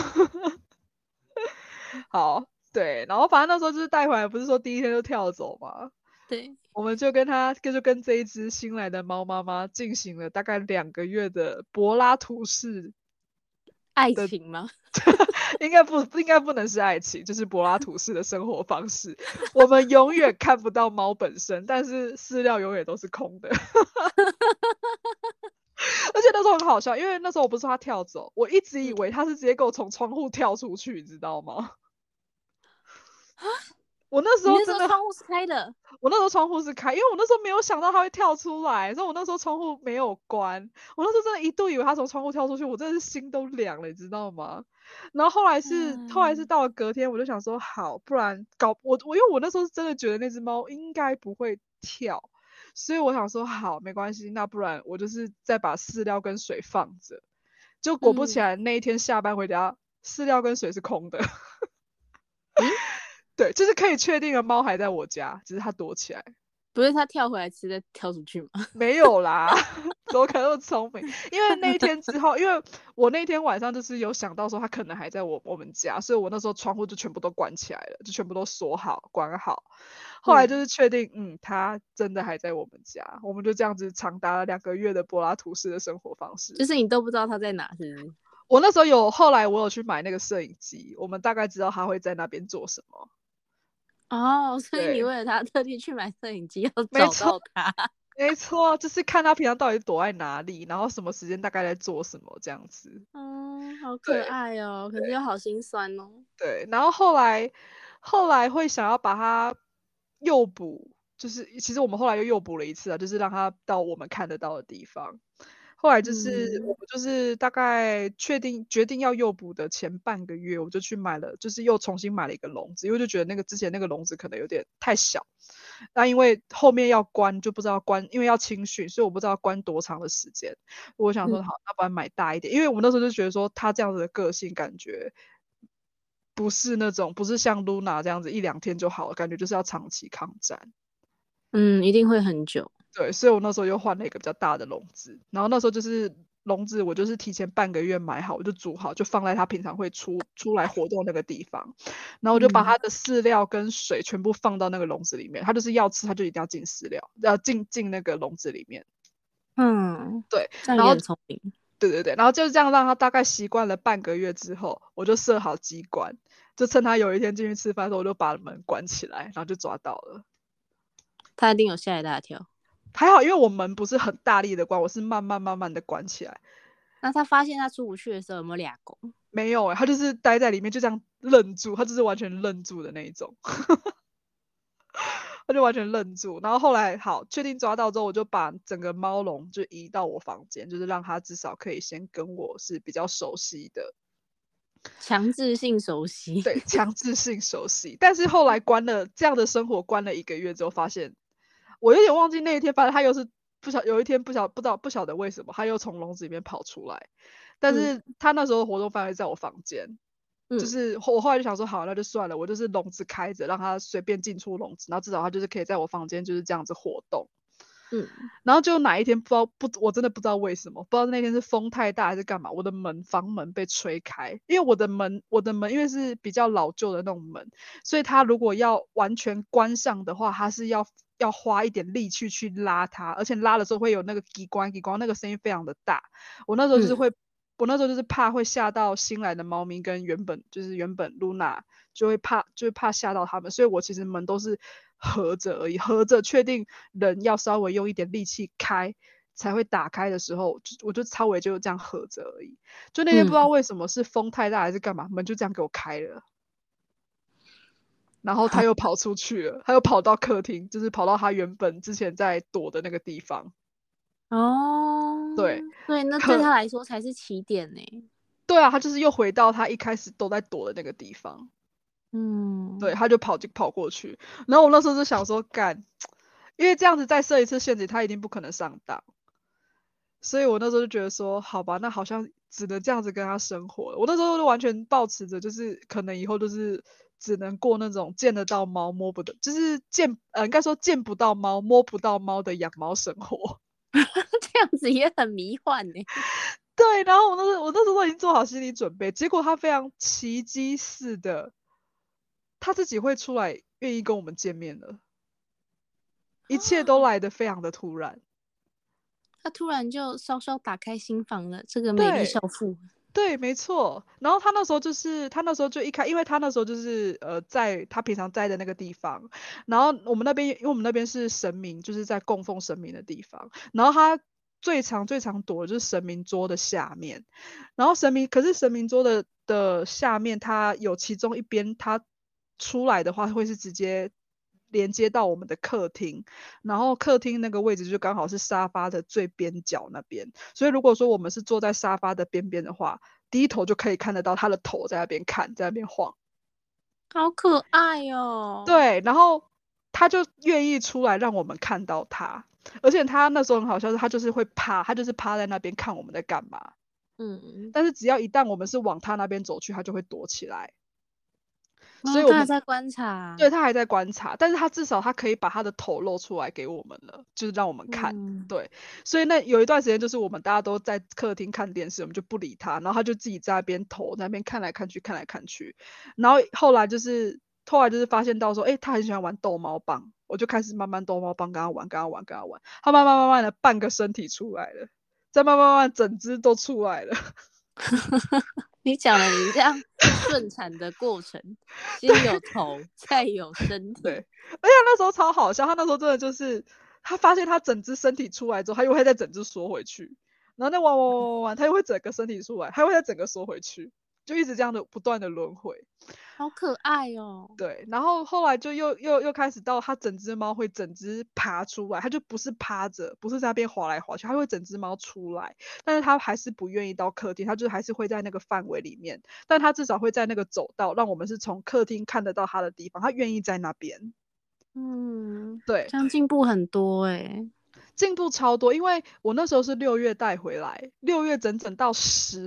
好，对，然后反正那时候就是带回来，不是说第一天就跳走嘛， 对， 我们就跟这一只新来的猫妈妈进行了大概2个月的柏拉图式爱的， 情吗？ 应该不能是爱情，就是柏拉图式的生活方式。我们永远看不到猫本身，但是饲料永远都是空的。而且那时候很好笑，因为那时候我不是说它跳走，我一直以为它是直接给我从窗户跳出去，你知道吗？我那时你候真的那时候窗户是开的， 我那时候窗户是开，因为我那时候没有想到它会跳出来，所以我那时候窗户没有关。我那时候真的一度以为它从窗户跳出去，我真的是心都凉了，你知道吗？然后后来是到了隔天，我就想说好，不然因为我那时候是真的觉得那只猫应该不会跳，所以我想说好，没关系，那不然我就是再把饲料跟水放着。就果不其然，那一天下班回家，饲料跟水是空的。 嗯， 对，就是可以确定的猫还在我家，只是它躲起来。 不是它跳回来吃再跳出去吗？ 没有啦，怎么可能那么聪明？因为那一天之后，因为我那天晚上就是有想到说它可能还在我们家，所以我那时候窗户就全部都关起来了，就全部都锁好、关好。后来就是确定，它真的还在我们家，我们就这样子长达了2个月的柏拉图式的生活方式。 就是你都不知道它在哪，是不是？ 我那时候后来我有去买那个摄影机，我们大概知道它会在那边做什么。 哦，所以你对， 为了它特地去买摄影机，要找没错。 到它。 没错，就是看他平常到底躲在哪里，然后什么时间大概在做什么这样子。 好可对爱哦，可是又好心酸哦。 对，然后后来会想要把它诱捕，就是其实我们后来又诱捕了一次啊，就是让它到我们看得到的地方。后来就是我们就是大概决定要诱捕的前半个月，我就去买了，就是又重新买了一个笼子，因为就觉得那个之前那个笼子可能有点太小。那因为后面要关就不知道关，因为要清训，所以我不知道关多长的时间。我想说好，那不然买大一点，因为我们那时候就觉得说他这样子的个性感觉不是像 Luna 这样子1-2天就好了，感觉就是要长期抗战。 一定会很久。 对，所以我那时候又换了一个比较大的笼子，然后那时候就是笼子，我就是提前半个月买好，我就煮好，就放在它平常会出来活动那个地方，然后我就把它的饲料跟水全部放到那个笼子里面，它就是要吃，它就一定要进饲料，要进那个笼子里面。对， 这样然后也很聪明。 对，然后就是这样让它大概习惯了半个月之后，我就设好机关，就趁它有一天进去吃饭的时候，我就把门关起来，然后就抓到了。 它一定有吓一大跳。 还好，因为我门不是很大力的关，我是慢慢的关起来。 那他发现他出不去的时候有没有俩拱？ 没有他就是待在里面，就这样愣住，他就是完全愣住的那一种。他就完全愣住，然后后来好确定抓到之后，我就把整个猫笼就移到我房间，就是让它至少可以先跟我是比较熟悉的。 强制性熟悉。 对，强制性熟悉。但是后来关了这样的生活关了1个月之后，发现我有点忘记那一天，反正他又是有一天不晓得为什么他又从笼子里面跑出来，但是他那时候活动范围在我房间。就是我后来就想说好，那就算了，我就是笼子开着，让他随便进出笼子，然后至少他就是可以在我房间就是这样子活动。然后就哪一天我真的不知道为什么，不知道那天是风太大还是干嘛，我的房门被吹开，因为我的门因为是比较老旧的那种门，所以它如果要完全关上的话，它是要花一点力气去拉它，而且拉的时候会有那个叽咣叽咣，那个声音非常的大。我那时候就是怕会吓到新来的猫咪跟原本 Luna 就会怕吓到他们，所以我其实门都是合着而已，合着确定人要稍微用一点力气开才会打开的时候，我就稍微就这样合着而已。就那天不知道为什么是风太大还是干嘛，门就这样给我开了。 然后他又跑出去了，他又跑到客厅，就是跑到他原本之前在躲的那个地方。对， 对，那对他来说才是起点呢。 对啊，他就是又回到他一开始都在躲的那个地方。对，他就跑过去，然后我那时候就想说，干，因为这样子再设一次陷阱，他一定不可能上当，所以我那时候就觉得说，好吧，那好像只能这样子跟他生活了。我那时候就完全抱持着，就是可能以后就是只能过那种见得到猫摸不得，就是应该说见不到猫摸不到猫的养猫生活。 这样子也很迷幻呢。 对，然后我那时候都已经做好心理准备，结果他非常奇迹似的，他自己会出来愿意跟我们见面了，一切都来得非常的突然。 他突然就稍稍打开心房了，这个美丽对少妇。 对，没错。然后他那时候就因为他那时候就是在他平常在的那个地方，然后我们那边因为我们那边是神明，就是在供奉神明的地方，然后他最常躲的就是神明桌的下面，然后可是神明桌的下面，它有其中一边它出来的话会是直接连接到我们的客厅，然后客厅那个位置就刚好是沙发的最边角那边，所以如果说我们是坐在沙发的边边的话，低头就可以看得到他的头在那边看，在那边晃。 好可爱哦。 对，然后他就愿意出来让我们看到他，而且他那时候很好笑，他就是会趴，他就是趴在那边看我们在干嘛。但是只要一旦我们是往他那边走去，他就会躲起来。所以他还在观察。 对，他还在观察，但是他至少他可以把他的头露出来给我们了，就是让我们看。对，所以那有一段时间就是我们大家都在客厅看电视，我们就不理他，然后他就自己在那边在那边看来看去，看来看去。然后后来就是发现到说，他很喜欢玩逗猫棒，我就开始慢慢逗猫棒跟他玩，他慢慢的半个身体出来了，再慢慢整只都出来了。 你讲了你这样顺产的过程，先有头，再有身体。 对，而且那时候超好笑，他那时候真的就是他发现他整只身体出来之后，他又会再整只缩回去，然后再玩，他又会整个身体出来，他又会再整个缩回去，就一直这样的不断的轮回。 好可爱哦。 对，然后后来就又开始到他整只猫会整只爬出来，他就不是趴着，不是在那边滑来滑去，他会整只猫出来，但是他还是不愿意到客厅，他就还是会在那个范围里面，但他至少会在那个走道，让我们是从客厅看得到他的地方，他愿意在那边。对， 这样进步很多进步超多，因为我那时候是6月带回来，6月整整到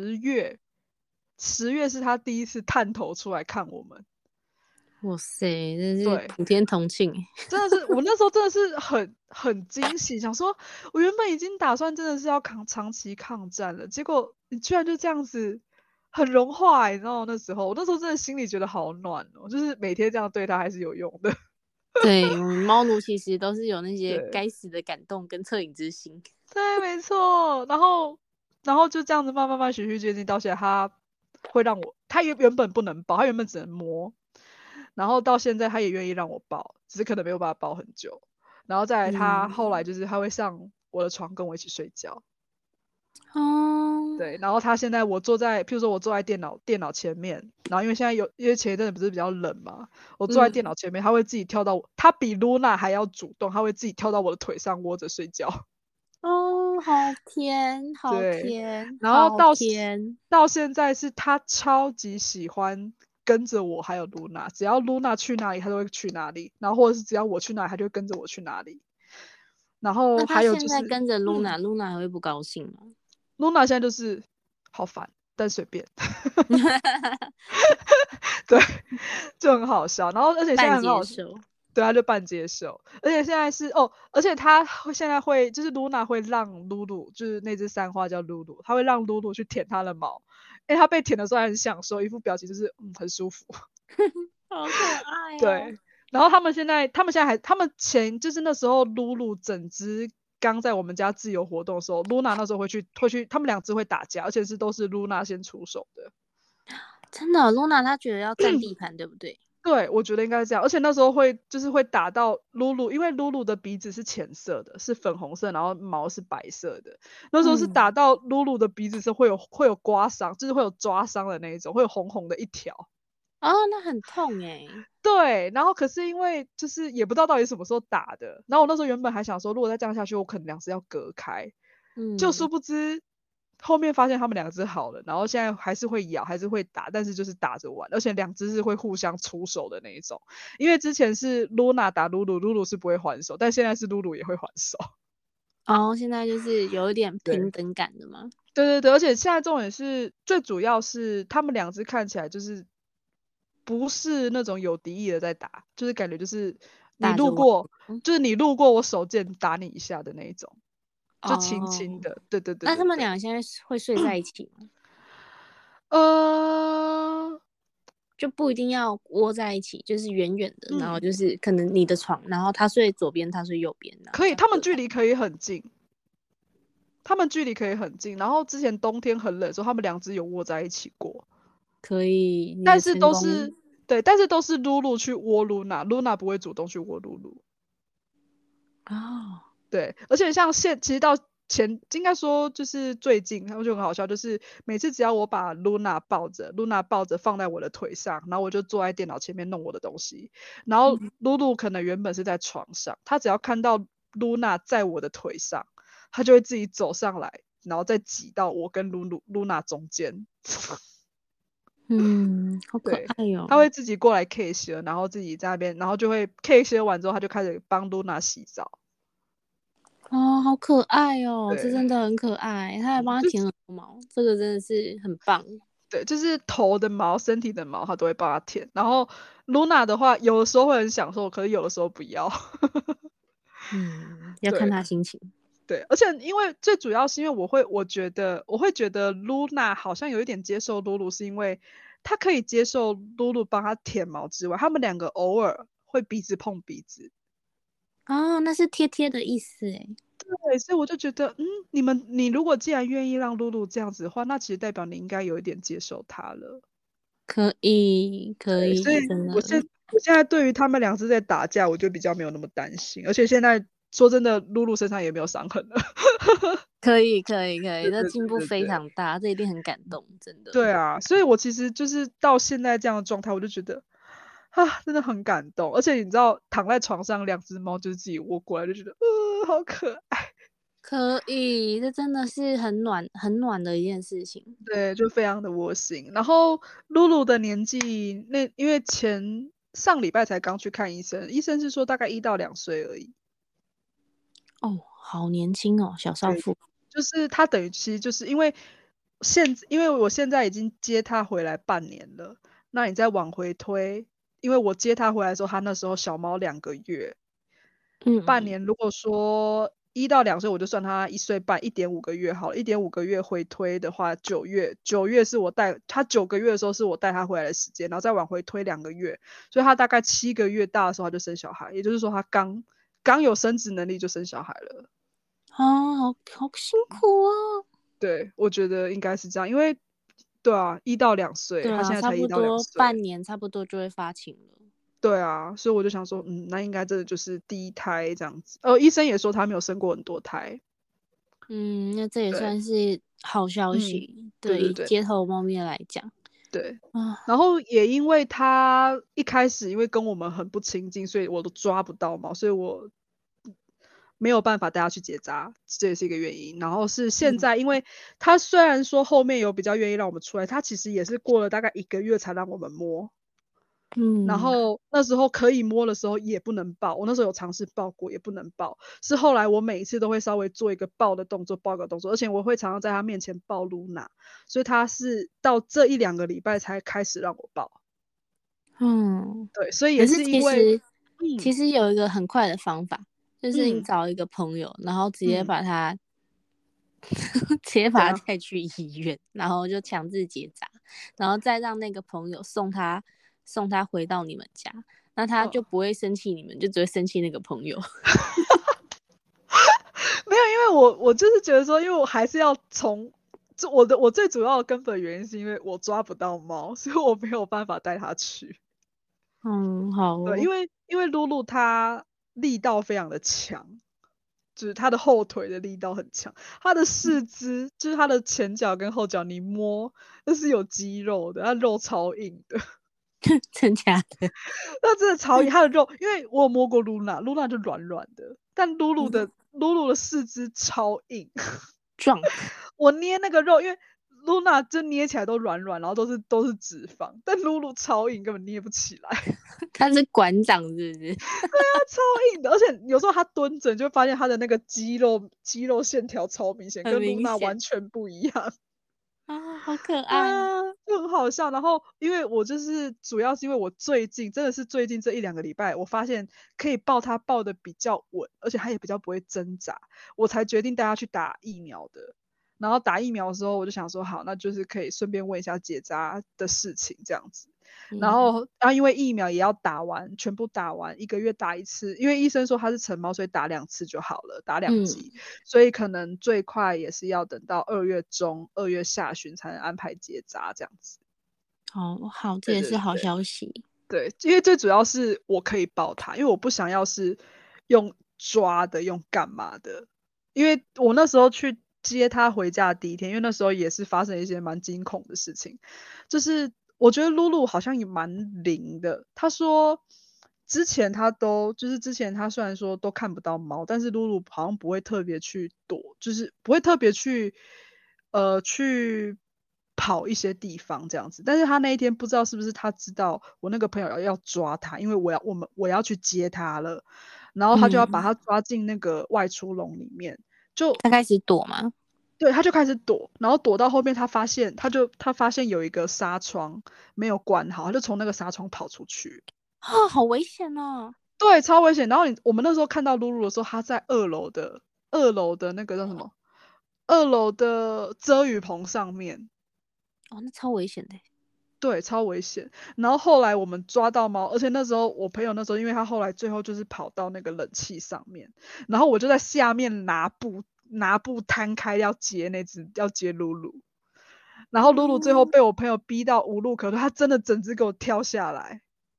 10月是他第一次探头出来看我们。 哇塞，真是普天同庆。 真的是我那时候真的是很惊喜，想说我原本已经打算真的是要长期抗战了，结果你居然就这样子很融化，你知道吗？我那时候真的心里觉得好暖哦，就是每天这样对他还是有用的。 对，我们猫奴其实都是有那些该死的感动跟恻隐之心。 对，没错。然后就这样子慢慢循序渐进，到现在他会让我，他原本不能抱，他原本只能摸，然后到现在他也愿意让我抱，只是可能没有办法抱很久。然后再来他后来就是他会上我的床跟我一起睡觉。对，然后他现在譬如说我坐在电脑前面，然后因为前一阵子不是比较冷嘛，我坐在电脑前面，他会自己跳到他比露娜还要主动，他会自己跳到我的腿上窝着睡觉。 好甜，好甜。 然后到现在是他超级喜欢跟着我还有露娜，只要露娜去哪里他都会去哪里，然后或者是只要我去哪里他就会跟着我去哪里。然后还有就是现在跟着露娜，露娜还会不高兴吗？ 露娜现在就是好烦，但随便。对，就很好笑。然后而且现在很好笑，对，他就半接受。而且现在而且他现在会就是露娜会让露露，就是那只三花叫露露，他会让露露去舔他的毛，因为他被舔的时候还很享受，一副表情就是很舒服。 好可爱哦。 对，然后他们前就是那时候露露整只刚在我们家自由活动的时候，露娜那时候会去，他们两只会打架，而且都是露娜先出手的。 真的，露娜她觉得要占地盘，对不对？ 对，我觉得应该是这样。而且那时候会打到露露，因为露露的鼻子是浅色的，是粉红色，然后毛是白色的。那时候是打到露露的鼻子是会有刮伤，就是会有抓伤的那一种，会有红红的一条。 哦，那很痛哎。 对，然后可是因为就是也不知道到底什么时候打的，然后我那时候原本还想说，如果再这样下去，我可能两只要隔开，就殊不知后面发现他们两只好了，然后现在还是会咬，还是会打，但是就是打着玩，而且两只是会互相出手的那一种。因为之前是露娜打露露，露露是不会还手，但现在是露露也会还手。 哦，现在就是有一点平等感的嘛。 对对对，而且现在重点是最主要是他们两只看起来就是不是那种有敌意的在打，就是感觉就是你路过，就是你路过我手贱打你一下的那一种，就轻轻的。对对对。 那他们两个现在会睡在一起吗？就不一定要窝在一起，就是远远的，然后就是可能你的床，然后他睡左边，他睡右边。 可以，他们距离可以很近。他们距离可以很近，然后之前冬天很冷的时候，他们两只有窝在一起过。 可以， 但是都是对，但是都是露露去窝露娜，露娜不会主动去窝露露。 哦， 对，而且像其实到应该说就是最近，他们就很好笑，就是每次只要我把露娜抱着放在我的腿上，然后我就坐在电脑前面弄我的东西，然后露露可能原本是在床上，她只要看到露娜在我的腿上，她就会自己走上来，然后再挤到我跟露娜中间。 好可爱哟。 他会自己过来 kiss 了，然后自己在那边，然后就会 kiss 完之后，他就开始帮露娜洗澡。 哦，好可爱哦，这真的很可爱。他还帮他舔耳朵毛，这个真的是很棒。 对，就是头的毛、身体的毛，他都会帮他舔。然后露娜的话，有的时候会很享受，可是有的时候不要。 要看他心情。 对，而且因为最主要是因为我会觉得露娜好像有一点接受露露，是因为她可以接受露露帮她舔毛之外，他们两个偶尔会鼻子碰鼻子。 哦，那是贴贴的意思哎。 对，所以我就觉得，你如果既然愿意让露露这样子的话，那其实代表你应该有一点接受她了。 可以， 所以真的。 我现在对于他们两只在打架，我就比较没有那么担心。而且现在说真的，露露身上也没有伤痕了。 可以，这进步非常大，这一定很感动，真的。 对啊，所以我其实就是到现在这样的状态，我就觉得真的很感动。而且你知道，躺在床上，两只猫就是自己窝过来，就觉得好可爱。 可以，这真的是很暖的一件事情。 对，就非常的窝心。然后露露的年纪，因为上礼拜才刚去看医生，医生是说大概1到2岁而已。 哦，好年轻哦，小少妇。 就是他等于其实就是因为我现在已经接他回来半年了，那你再往回推，因为我接他回来的时候，他那时候小猫2个月，半年如果说1到2岁，我就算他1岁半，1.5个月好了，1.5个月回推的话，9月是我带他9个月的时候是我带他回来的时间，然后再往回推2个月，所以他大概7个月大的时候他就生小孩，也就是说他刚有生殖能力就生小孩了。 好辛苦哦。 对，我觉得应该是这样，因为对啊，1到2岁，他现在才1到2岁， 半年差不多就会发情了。 对啊，所以我就想说，那应该真的就是第一胎这样子。医生也说他没有生过很多胎。 那这也算是好消息，对街头猫咪来讲。 对然后也因为他一开始因为跟我们很不亲近，所以我都抓不到毛，所以我没有办法带他去结扎，这也是一个原因。然后是现在，因为他虽然说后面有比较愿意让我们出来，他其实也是过了大概1个月才让我们摸。然后那时候可以摸的时候也不能抱，我那时候有尝试抱过也不能抱，是后来我每一次都会稍微做一个抱的动作，抱个动作，而且我会常常在他面前抱露娜，所以他是到这1-2个礼拜才开始让我抱。对，所以也是因为其实有一个很快的方法，就是你找一个朋友，然后直接把他带去医院，然后就强制结扎，然后再让那个朋友送他回到你们家，那他就不会生气你们，就只会生气那个朋友。 没有，因为我就是觉得说，因为我还是要我最主要的根本原因是因为我抓不到猫，所以我没有办法带他去。 好哦。 对，因为露露她力道非常的强，就是她的后腿的力道很强，她的四肢就是她的前脚跟后脚，你摸那是有肌肉的，她肉超硬的。 真假的？ 那真的超硬，它的肉，因为我有摸过露娜就软软的，但露露的四肢超硬， 壮。 我捏那个肉，因为露娜就捏起来都软软，然后都是脂肪，但露露超硬，根本捏不起来。 他是馆长是不是？ 对啊，超硬的，而且有时候他蹲着，你就会发现他的那个肌肉线条超明显，跟露娜完全不一样。 啊，好可对爱。 啊，就很好笑。然后因为我就是主要是因为我真的是最近这1-2个礼拜，我发现可以抱它抱的比较稳，而且它也比较不会挣扎，我才决定带它去打疫苗的。然后打疫苗的时候，我就想说好，那就是可以顺便问一下结扎的事情这样子。然后因为疫苗也要打完，全部打完，1个月打1次，因为医生说它是成猫，所以打2次就好了，打2剂，所以可能最快也是要等到2月中、2月下旬才能安排结扎这样子。 好，这也是好消息。 对，因为最主要是我可以抱它，因为我不想要是用抓的，用干嘛的，因为我那时候去接它回家的第一天，因为那时候也是发生一些蛮惊恐的事情，就是我觉得露露好像也蛮灵的。他说之前他虽然说都看不到猫，但是露露好像不会特别去躲，就是不会特别去跑一些地方这样子。但是他那一天不知道是不是他知道我那个朋友要抓他，因为我要去接他了，然后他就要把他抓进那个外出笼里面，就他开始躲吗？ 对，他就开始躲，然后躲到后面他发现有一个纱窗没有关好，他就从那个纱窗跑出去。 好危险哦。 对，超危险。然后我们那时候看到露露的时候，他在2楼的那个叫什么？2楼的遮雨棚上面。 那超危险的。 对，超危险。然后后来我们抓到猫，而且那时候我朋友因为他后来最后就是跑到那个冷气上面，然后我就在下面拿布摊开要接露露，然后露露最后被我朋友逼到无路可退，他真的整只给我跳下来。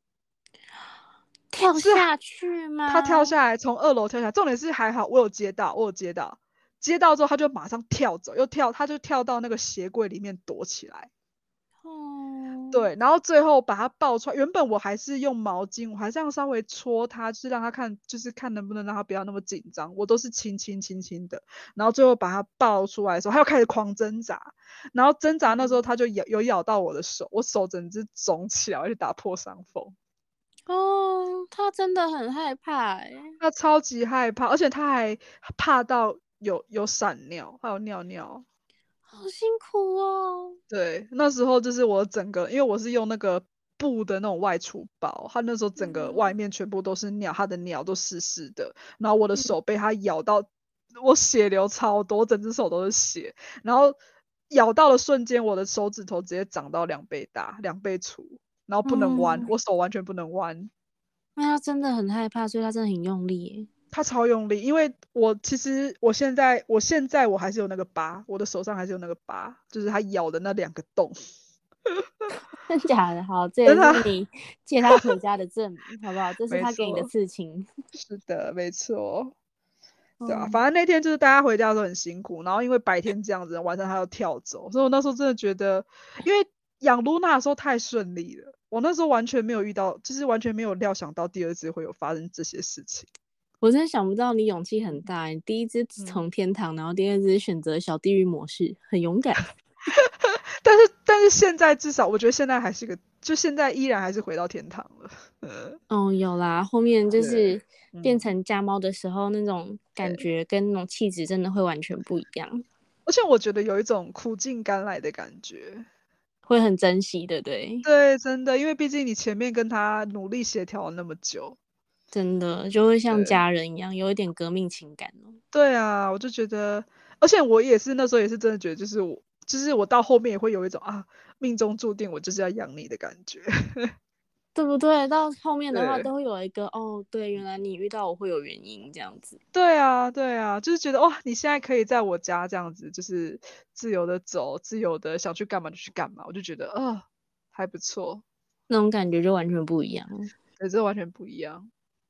跳下去吗？ 他跳下来，从2楼跳下来。重点是还好我有接到接到之后他就马上跳走，他就跳到那个鞋柜里面躲起来。对，然后最后把他抱出来。原本我还是用毛巾，我还是要稍微戳他，就是让他看，就是看能不能让他不要那么紧张。我都是轻轻的，然后最后把他抱出来的时候，他又开始狂挣扎。然后挣扎那时候他就有咬到我的手，我手整只肿起来，而且打破伤风。 他真的很害怕他超级害怕，而且他还怕到有闪尿，还有尿尿。 好辛苦哦。 对，那时候就是我整个，因为我是用那个布的那种外出包，他那时候整个外面全部都是尿，他的尿都湿湿的，然后我的手被他咬到，我血流超多，整只手都是血，然后咬到的瞬间，我的手指头直接长到2倍大，2倍粗，然后不能弯，我手完全不能弯。 那他真的很害怕，所以他真的很用力耶。 他超用力，因为其实我现在我还是有那个疤，我的手上还是有那个疤，就是他咬的那2个洞。 真假的？好，这也是你接他回家的证明，好不好？这是他给你的刺青。 是的，没错。对啊，反正那天就是大家回家的时候很辛苦，然后因为白天这样子，晚上他要跳走，所以我那时候真的觉得，因为养露娜的时候太顺利了，我那时候完全没有遇到，就是完全没有料想到第2只会有发生这些事情。 我真的想不到你勇气很大，你第1只从天堂，然后第2只选择小地狱模式，很勇敢。 但是现在至少我觉得现在还是就现在依然还是回到天堂了。 有啦，后面就是变成家猫的时候，那种感觉跟那种气质真的会完全不一样。 而且我觉得有一种苦尽甘来的感觉， 会很珍惜，对不对？ 对，真的，因为毕竟你前面跟他努力协调了那么久。 真的就会像家人一样，有一点革命情感哦。 对啊，我就觉得，而且我也是那时候也是真的觉得，就是我到后面也会有一种命中注定我就是要养你的感觉。 对不对？到后面的话都会有一个对，原来你遇到我会有原因这样子。 对啊，就是觉得哇，你现在可以在我家这样子，就是自由的走，自由的想去干嘛就去干嘛，我就觉得还不错， 那种感觉就完全不一样。 对，这完全不一样。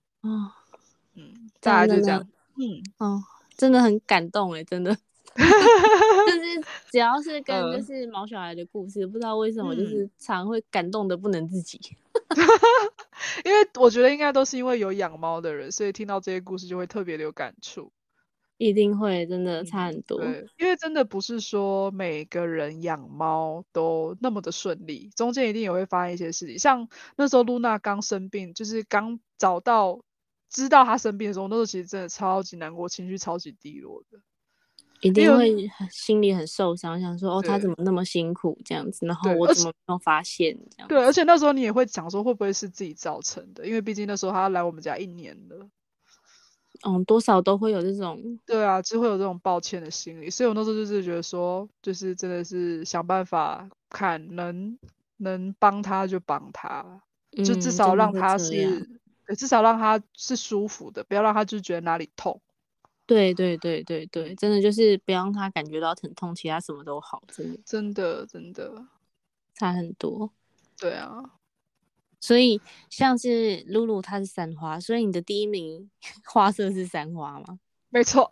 大概就这样。 真的很感动真的。就是只要是跟就是毛小孩的故事，不知道为什么就是常会感动的不能自己。 因为我觉得应该都是因为有养猫的人，所以听到这些故事就会特别的有感触。 一定会，真的差很多。 对，因为真的不是说每个人养猫都那么的顺利，中间一定也会发生一些事情。像那时候露娜刚生病，就是刚知道她生病的时候，那时候其实真的超级难过，情绪超级低落的。 一定会心里很受伤，想说他怎么那么辛苦这样子，然后我怎么没有发现这样子。 对，而且那时候你也会想说会不会是自己造成的，因为毕竟那时候他来我们家1年了。 多少都会有这种。 对啊，就会有这种抱歉的心理，所以我那时候就是觉得说，就是真的是想办法看能帮他就帮他，就至少让他至少让他是舒服的，不要让他就觉得哪里痛。 对，真的就是不要让他感觉到疼痛，其他什么都好，真的差很多。 对啊， 所以像是露露她是三花，所以你的第一名花色是三花吗？ 没错。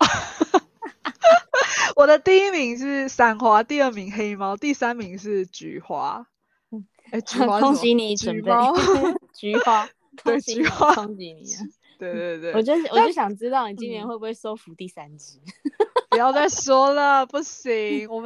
我的第一名是三花，第二名黑猫，第三名是菊花。菊花恭喜你准备菊花， 对，菊花， 恭喜你啊！ 对， 我就想知道你今年会不会收服第3只。 不要再说了，不行，我们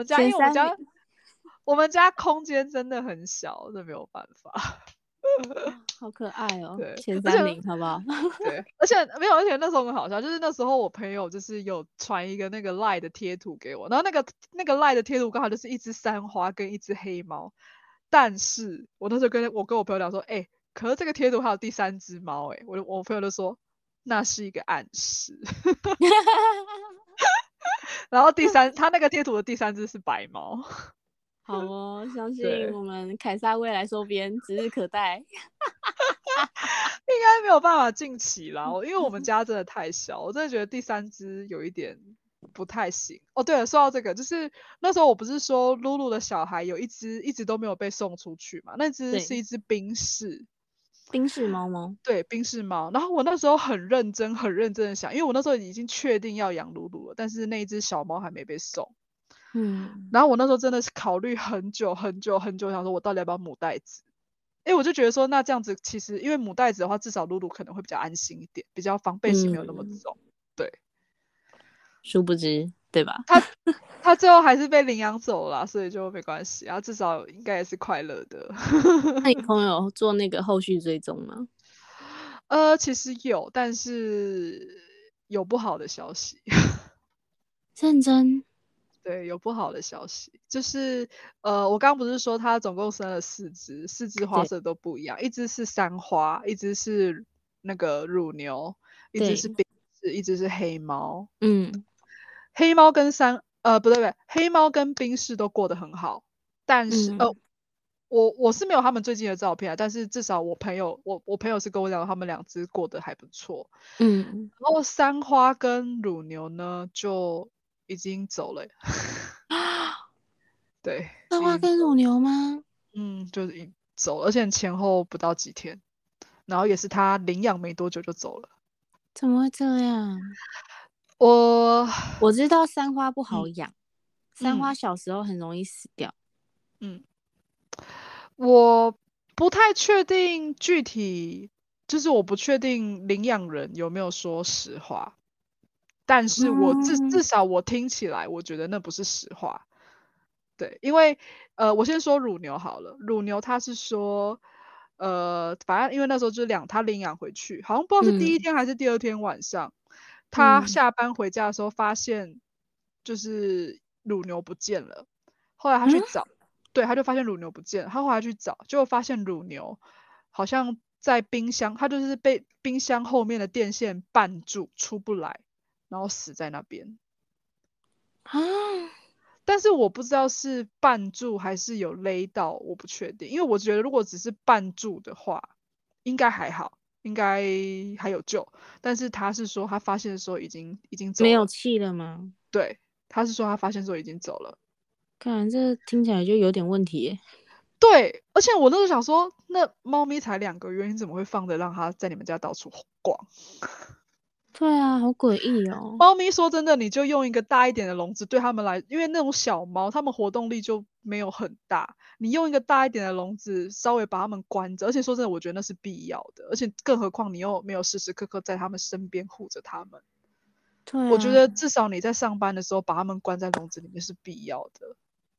家空间真的很小，这没有办法。 好可爱哦！ 对， 前3名好不好？ 对，而且那时候很好笑，就是那时候我朋友就是有传一个那个 LINE 的贴图给我，然后那个 LINE 的贴图刚好就是一只三花跟一只黑猫，但是我那时候跟我朋友讲说，可是这个贴图还有第3只猫，我朋友就说那是一个暗示。然后他那个贴图的第3只是白猫。 好哦，相信我们凯撒未来收编指日可待。应该没有办法近期啦，因为我们家真的太小，我真的觉得第3只有一点不太行。哦，对了，说到这个，就是那时候我不是说露露的小孩有一只一直都没有被送出去嘛？那只是一只宾士猫吗？ 对，宾士猫。然后我那时候很认真的想，因为我那时候已经确定要养露露了，但是那一只小猫还没被送。然后我那时候真的是考虑很久，想说我到底要不要母带子？我就觉得说，那这样子其实因为母带子的话，至少露露可能会比较安心一点，比较防备心没有那么重。对， 殊不知，对吧？ 他最后还是被领养走了，所以就没关系啊，至少应该也是快乐的。 那你朋友做那个后续追踪吗？ 其实有，但是有不好的消息。 认真？ 对，有不好的消息，就是我刚刚不是说他总共生了4只，4只花色都不一样，一只是三花，一只是那个乳牛，一只是宾士，一只是黑猫。黑猫跟不对，黑猫跟宾士都过得很好，但是我是没有他们最近的照片啊，但是至少我朋友是跟我讲他们2只过得还不错。然后三花跟乳牛呢就已经走了。对， 三花跟乳牛吗？ 就是走了，而且前后不到几天，然后也是他领养没多久就走了。 怎么会这样？ 我知道三花不好养，三花小时候很容易死掉。 我不太确定具体，就是我不确定领养人有没有说实话，但是我至少我听起来，我觉得那不是实话。对，因为我先说乳牛好了，乳牛他是说，反正因为那时候就是他领养回去，好像不知道是第1天还是第2天晚上，他下班回家的时候发现，就是乳牛不见了，后来他去找，对，他就发现乳牛不见了，他后来去找，结果发现乳牛好像在冰箱，他就是被冰箱后面的电线绊住出不来，然后死在那边。但是我不知道是绊住还是有勒到，我不确定，因为我觉得如果只是绊住的话，应该还好，应该还有救。但是他是说他发现的时候已经走了， 没有气了吗？ 对，他是说他发现的时候已经走了。 看这听起来就有点问题耶。 对，而且我那时候想说，那猫咪才2个月，你怎么会放着让它在你们家到处逛？ 对啊，好诡异哦。 猫咪说真的，你就用一个大一点的笼子对它们来，因为那种小猫，它们活动力就没有很大。你用一个大一点的笼子，稍微把它们关着，而且说真的，我觉得那是必要的。而且更何况你又没有时时刻刻在它们身边护着它们。 对啊， 我觉得至少你在上班的时候把它们关在笼子里面是必要的。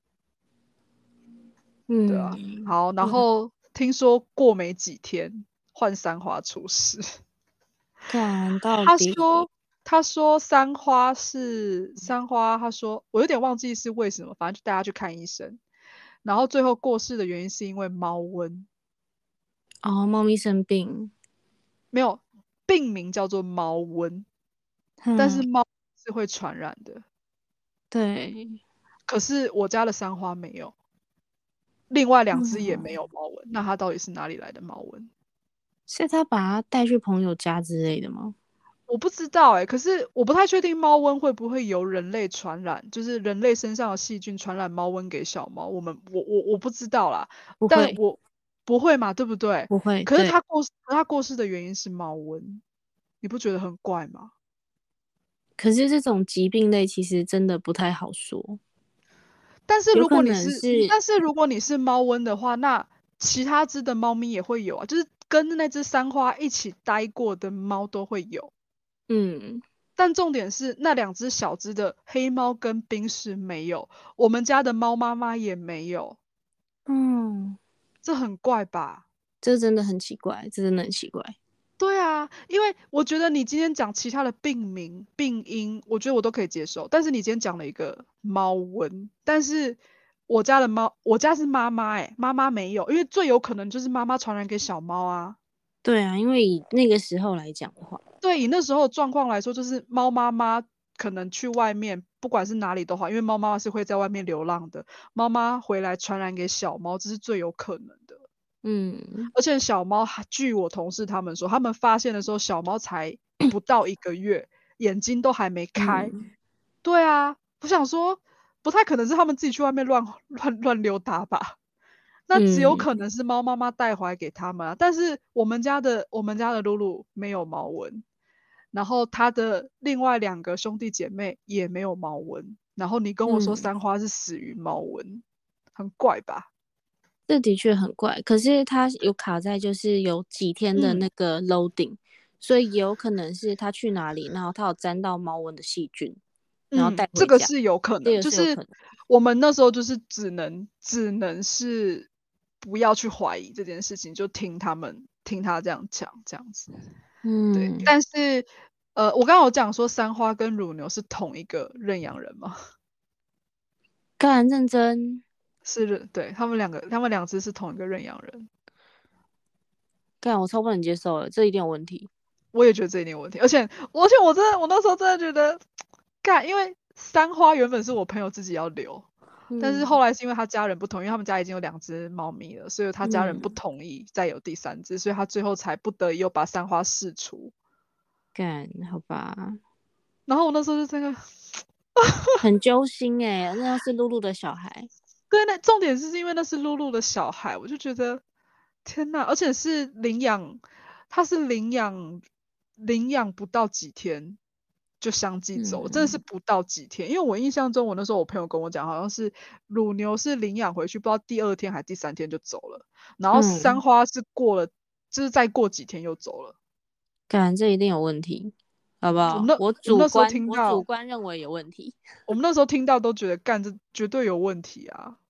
对啊，好，然后听说过没几天换三花出事。 看到底他说三花，他说我有点忘记是为什么，反正就带他去看医生，然后最后过世的原因是因为猫瘟。 哦，猫咪生病， 没有，病名叫做猫瘟，但是猫是会传染的。 对， 可是我家的三花没有，另外2只也没有猫瘟，那它到底是哪里来的猫瘟？ 是他把它带去朋友家之类的吗？ 我不知道可是我不太确定猫瘟会不会由人类传染，就是人类身上的细菌传染猫瘟给小猫。我不知道啦， 不会， 但我不会嘛，对不对？ 不会。 可是他过世的原因是猫瘟，你不觉得很怪吗？ 可是这种疾病类其实真的不太好说， 但是有可如果你是， 能是但是如果你是猫瘟的话，那其他只的猫咪也会有啊，就是跟那只三花一起待过的猫都会有。但重点是那2只小只的黑猫跟冰室没有，我们家的猫妈妈也没有。这很怪吧？ 这真的很奇怪，这真的很奇怪。 对啊，因为我觉得你今天讲其他的病名、病因，我觉得我都可以接受。但是你今天讲了一个猫瘟，但是我家的猫，我家是妈妈妈妈没有，因为最有可能就是妈妈传染给小猫啊。 对啊，因为以那个时候来讲的话， 对，以那时候的状况来说，就是猫妈妈可能去外面，不管是哪里都好，因为猫妈妈是会在外面流浪的，猫妈回来传染给小猫，这是最有可能的。而且小猫，据我同事他们说，他们发现的时候，小猫才不到1个月，眼睛都还没开。对啊，我想说，不太可能是他们自己去外面乱溜达吧？那只有可能是猫妈妈带回来给他们啊。但是我们家的露露没有猫瘟，然后他的另外2个兄弟姐妹也没有猫瘟，然后你跟我说三花是死于猫瘟，很怪吧？ 这的确很怪。可是它有卡在就是有几天的那个 loading，所以也有可能是他去哪里，然后他有沾到猫瘟的细菌，然后带回家。 这个是有可能，就是这个是有可能。 我们那时候就是只能是不要去怀疑这件事情，就听他这样讲这样子。对，但是我刚刚有讲说三花跟乳牛是同一个认养人吗？ 干认真是，对，他们2只是同一个认养人。 干，我超不能接受了，这一定有问题。 我也觉得这一定有问题，而且我那时候真的觉得干，因为三花原本是我朋友自己要留。但是后来是因为他家人不同意，因为他们家已经有2只猫咪了，所以他家人不同意再有第3只，所以他最后才不得已又把三花释出。 干，好吧。 然后我那时候就真的很揪心那是露露的小孩。 对，那重点是因为那是露露的小孩，我就觉得天哪，而且是领养，他是领养不到几天就相继走了，真的是不到几天。因为我印象中，我那时候我朋友跟我讲，好像是乳牛是领养回去，不知道第2天还第3天就走了，然后三花是过了，就是再过几天又走了。 干，这一定有问题，好不好？我主观认为有问题。 我们那时候听到都觉得干，这绝对有问题啊。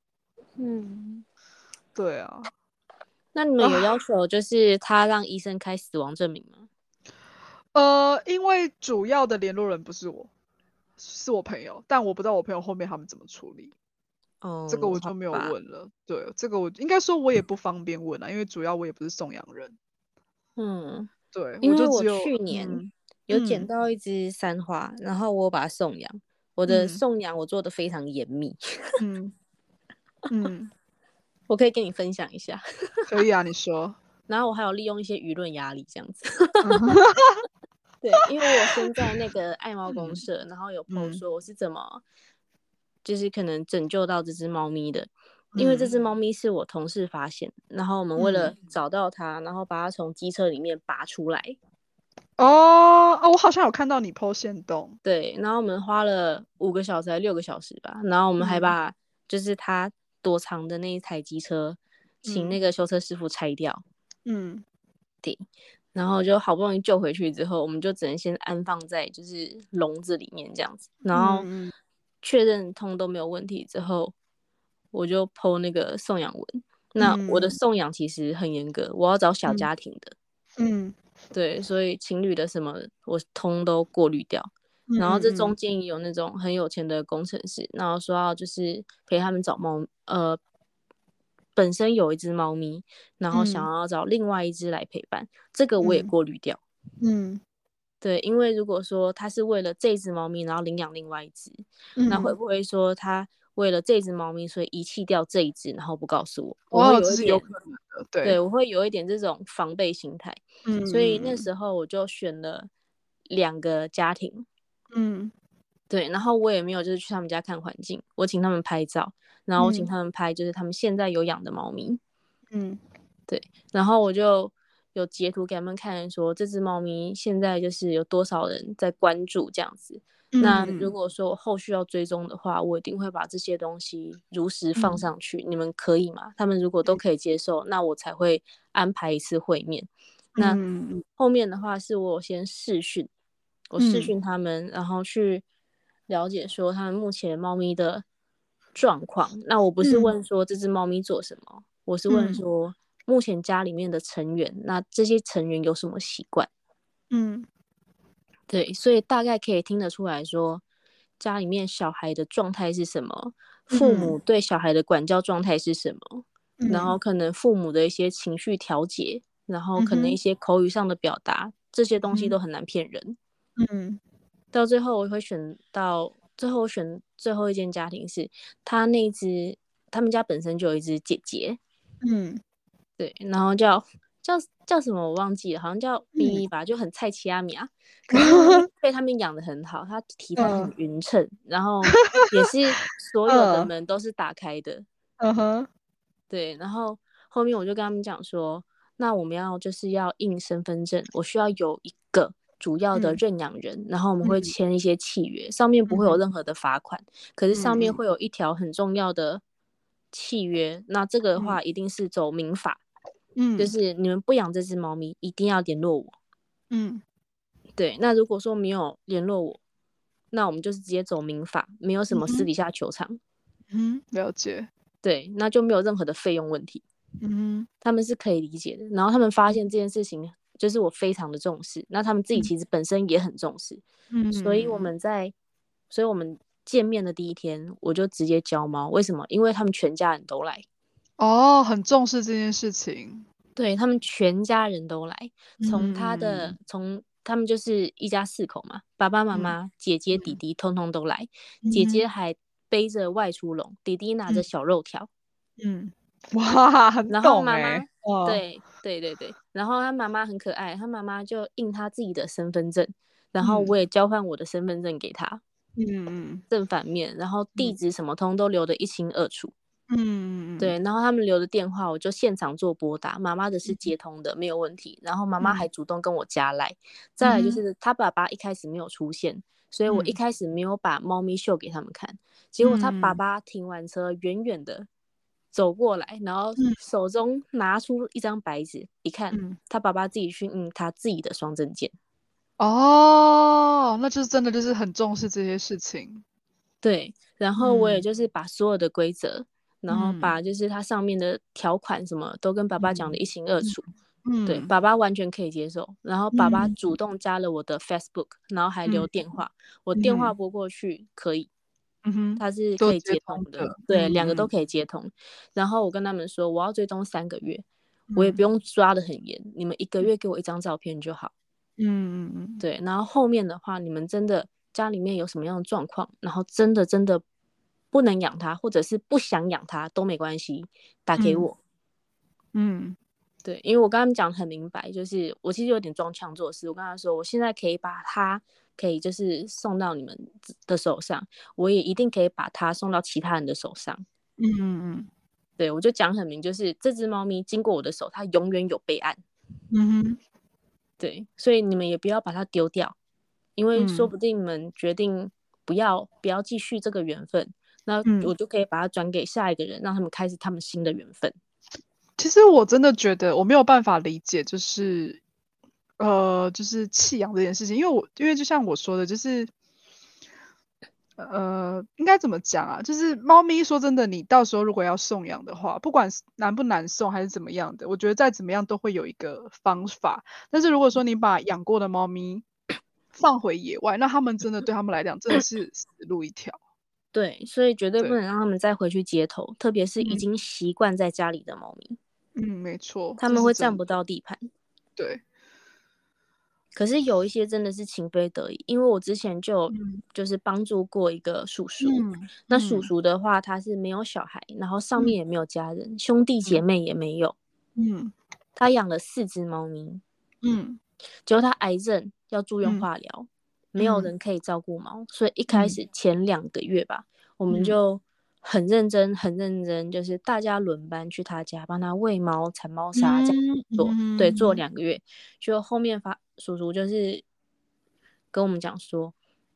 对啊。 那你们有要求就是他让医生开死亡证明吗？ 因为主要的联络人不是我，是我朋友，但我不知道我朋友后面他们怎么处理。这个我就没有问了。对，这个我应该说我也不方便问啊，因为主要我也不是送养人。对， 因为我去年有捡到一只三花，然后我把它送养，我的送养我做的非常严密。我可以跟你分享一下。 可以啊，你说。 然后我还有利用一些舆论压力这样子。对，因为我先在那个爱猫公社，然后有 po 说我是怎么就是可能拯救到这只猫咪的。因为这只猫咪是我同事发现，然后我们为了找到它，然后把它从机车里面拔出来， 我好像有看到你 po 限动。 对，然后我们花了5个小时还6个小时吧，然后我们还把就是他躲藏的那一台机车，请那个修车师傅拆掉。对，然后就好不容易救回去之后，我们就只能先安放在就是笼子里面这样子，然后确认通都没有问题之后，我就 po 那个送养文。那我的送养其实很严格，我要找小家庭的。对，所以情侣的什么我通都过滤掉。然后这中间也有那种很有钱的工程师，然后说要就是陪他们找猫，本身有一只猫咪，然后想要找另外一只来陪伴，这个我也过滤掉。对，因为如果说他是为了这只猫咪，然后领养另外一只，那会不会说他为了这只猫咪，所以遗弃掉这一只，然后不告诉我？我会有一点， 有可能的， 对，我会有一点这种防备心态。所以那时候我就选了2个家庭。对，然后我也没有就是去他们家看环境，我请他们拍照，然后我请他们拍就是他们现在有养的猫咪。对，然后我就有截图给他们看，说这只猫咪现在就是有多少人在关注这样子。那如果说我后续要追踪的话，我一定会把这些东西如实放上去。你们可以吗？他们如果都可以接受，那我才会安排一次会面。那后面的话是我先视讯，我视讯他们，然后去了解说他们目前猫咪的状况。那我不是问说这只猫咪做什么，我是问说目前家里面的成员，那这些成员有什么习惯？对，所以大概可以听得出来说家里面小孩的状态是什么，父母对小孩的管教状态是什么，然后可能父母的一些情绪调节，然后可能一些口语上的表达，这些东西都很难骗人。到最后我会选到最后选最后一间家庭是他们家本身就有一只姐姐。对，然后叫什么我忘记了，好像叫咪咪吧，就很菜奇亚米啊。可是被他们养得很好，他体态很匀称，然后也是所有的门都是打开的。对，然后后面我就跟他们讲说，那我们就是要印身份证，我需要有一个主要的认养人，然后我们会签一些契约，上面不会有任何的罚款，可是上面会有一条很重要的契约。那这个的话一定是走民法。就是你们不养这只猫咪，一定要联络我。对，那如果说没有联络我，那我们就是直接走民法，没有什么私底下求偿。 了解。 对，那就没有任何的费用问题。他们是可以理解的。然后他们发现这件事情，就是我非常的重视，那他们自己其实本身也很重视。所以我们见面的第一天，我就直接交猫。为什么？因为他们全家人都来。 很重视这件事情。 对，他们全家人都来，从他们就是一家4口嘛，爸爸妈妈、姐姐、弟弟通通都来。姐姐还背着外出笼，弟弟拿着小肉条。 哇，很然后妈懂欸。 妈，对，然后他妈妈很可爱，他妈妈就印他自己的身份证，然后我也交换我的身份证给他。正反面，然后地址什么通都留得一清二楚。对，然后他们留的电话我就现场做拨打，妈妈的是接通的，没有问题。然后妈妈还主动跟我加赖。再来就是他爸爸一开始没有出现，所以我一开始没有把猫咪秀给他们看。结果他爸爸停完车，远远的走过来，然后手中拿出一张白纸，一看，他爸爸自己去印他自己的双证件。 那就是真的就是很重视这些事情。 对，然后我也就是把所有的规则，然后把就是它上面的条款什么都跟爸爸讲的一清二楚。对，爸爸完全可以接受。然后爸爸主动加了我的 Facebook，然后还留电话，我电话拨过去可以。他是可以接通的。对，2个都可以接通。然后我跟他们说我要追踪3个月，我也不用抓得很严，你们1个月给我1张照片就好。对，然后后面的话你们真的家里面有什么样的状况，然后真的不能养它，或者是不想养它都没关系，打给我。对，因为我跟他们讲很明白，就是我其实有点装腔作势。我跟他说我现在可以把它可以就是送到你们的手上，我也一定可以把它送到其他人的手上。对，我就讲很明，就是这只猫咪经过我的手，它永远有备案。 对，所以你们也不要把它丢掉，因为说嗯不定你们决定不要继续这个缘分，那我就可以把它转给下一个人，让他们开始他们新的缘分。 其实我真的觉得我没有办法理解，就是弃养这件事情，因为就像我说的，就是应该怎么讲啊？就是猫咪说真的，你到时候如果要送养的话，不管难不难送还是怎么样的，我觉得再怎么样都会有一个方法。但是如果说你把养过的猫咪放回野外，那他们真的对他们来讲真的是死路一条。 对，所以绝对不对， 能让他们再回去街头，特别是已经习惯在家里的猫咪， 没错， 他们会占不这是真的。 到地盘。 对， 可是有一些真的是情非得已，因为我之前就是帮助过一个叔叔，那叔叔的话他是没有小孩，然后上面也没有家人，兄弟姐妹也没有，他养了4只猫咪，结果他癌症要住院化疗，没有人可以照顾猫，所以一开始前2个月吧，我们就很认真，就是大家轮班去他家帮他喂猫、铲猫砂这样做，对，做2个月，就后面叔叔就是跟我们讲说，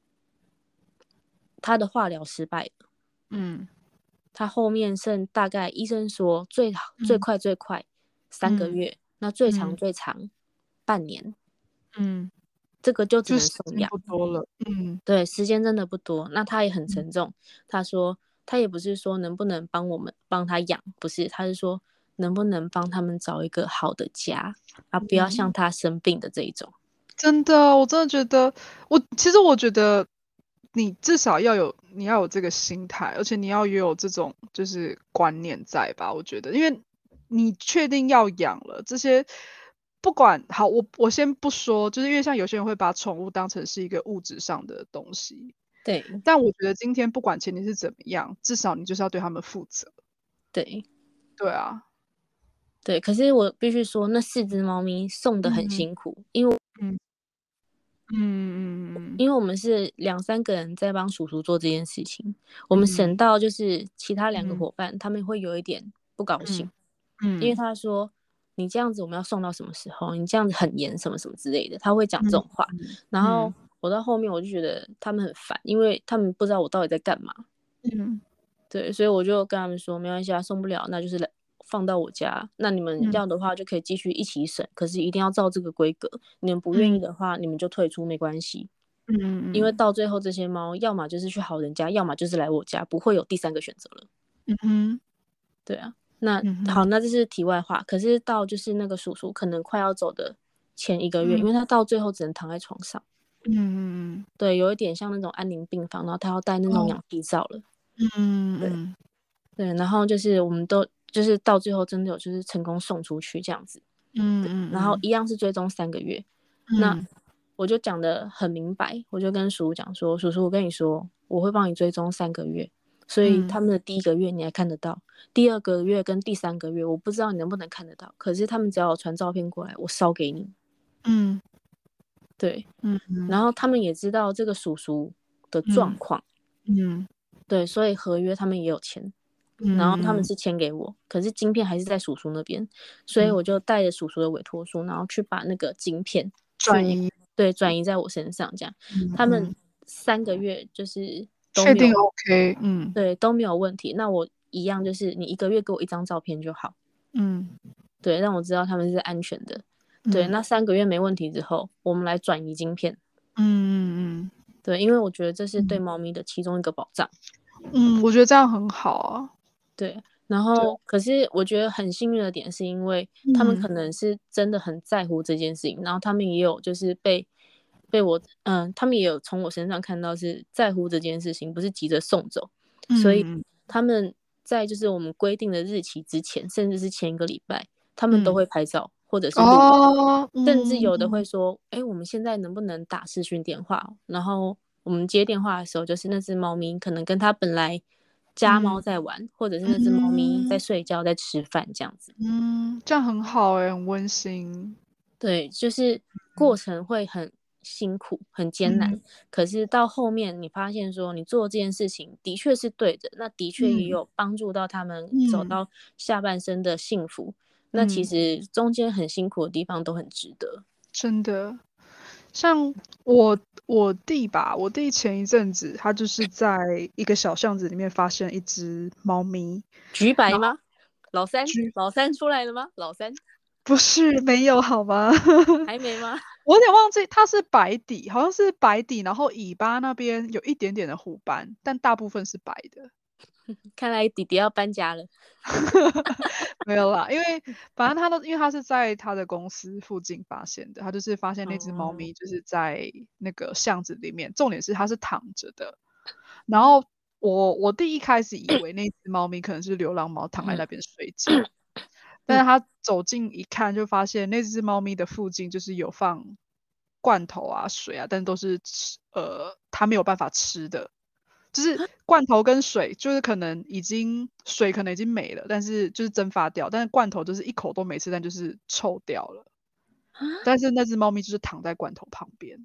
他的化疗失败了，他后面剩大概医生说最快3个月，那最长半年，这个就只能送养， 不多了， 对，时间真的不多。那他也很沉重，他说他也不是说能不能帮他养，不是，他是说能不能帮他们找一个好的家，不要像他生病的这一种。 真的，我真的觉得，其实我觉得你至少要有这个心态，而且你要也有这种就是观念在吧？我觉得，因为你确定要养了这些，不管好，我先不说，就是因为像有些人会把宠物当成是一个物质上的东西， 对， 但我觉得今天不管前提是怎么样，至少你就是要对他们负责。 对， 对啊， 对。可是我必须说，那4只猫咪送的很辛苦，因为我们是2-3个人在帮叔叔做这件事情，我们省到就是其他2个伙伴，他们会有一点不高兴，因为他说你这样子我们要送到什么时候？你这样子很严什么什么之类的，他会讲这种话。然后我到后面我就觉得他们很烦，因为他们不知道我到底在干嘛。对，所以我就跟他们说没关系啊，送不了那就是放到我家，那你们要的话就可以继续一起省，可是一定要照这个规格，你们不愿意的话，你们就退出没关系。因为到最后这些猫要么就是去好人家，要么就是来我家，不会有第3个选择了。对啊，那好，那这是题外话。可是到就是那个叔叔可能快要走的前1个月，因为他到最后只能躺在床上，对，有一点像那种安宁病房，然后他要戴那种氧气罩了。对，然后就是我们都就是到最后真的有就是成功送出去这样子，然后一样是追踪3个月，那我就讲得很明白，我就跟叔叔讲说，叔叔我跟你说，我会帮你追踪3个月，所以他们的第1个月你还看得到，第2个月跟第3个月我不知道你能不能看得到，可是他们只要有传照片过来，我烧给你。对，然后他们也知道这个叔叔的状况，对，所以合约他们也有签，然后他们是签给我，可是晶片还是在叔叔那边，所以我就带着叔叔的委托书，然后去把那个晶片转移在我身上，这样，他们3个月就是都没有确定 OK， 对，都没有问题。那我一样就是你1个月给我1张照片就好，对，让我知道他们是安全的。对，那3个月没问题之后，我们来转移晶片。对，因为我觉得这是对猫咪的其中一个保障。 我觉得这样很好啊。 对，然后可是我觉得很幸运的点是因为他们可能是真的很在乎这件事情，然后他们也有就是被我他们也有从我身上看到是在乎这件事情，不是急着送走，所以他们在就是我们规定的日期之前，甚至是前1个礼拜，他们都会拍照。或者是甚至有的会说我们现在能不能打视讯电话，然后我们接电话的时候就是那只猫咪可能跟它本来家猫在玩，或者是那只猫咪在睡觉在吃饭这样子。 这样很好很温馨。 对，就是过程会很辛苦很艰难，可是到后面你发现说你做这件事情的确是对的，那的确也有帮助到他们走到下半生的幸福，那其实中间很辛苦的地方都很值得。 真的。像我弟吧，我弟前一阵子他就是在一个小巷子里面发现一只猫咪。 橘白吗？老三橘出来了吗？老三不是，没有好吗？ 还没吗？ 我有点忘记，它是白底，好像是白底，然后尾巴那边有一点点的虎斑，但大部分是白的。 看来弟弟要搬家了。 没有啦，因为反正因为他是在他的公司附近发现的，他就是发现那只猫咪就是在那个巷子里面，重点是它是躺着的。然后我弟一开始以为那只猫咪可能是流浪猫躺在那边睡觉，但是他走近一看，就发现那只猫咪的附近就是有放罐头啊、水啊，但都是它没有办法吃的。就是罐头跟水，就是水可能已经没了，但是就是蒸发掉，但是罐头就是一口都没吃，但就是臭掉了。但是那只猫咪就是躺在罐头旁边。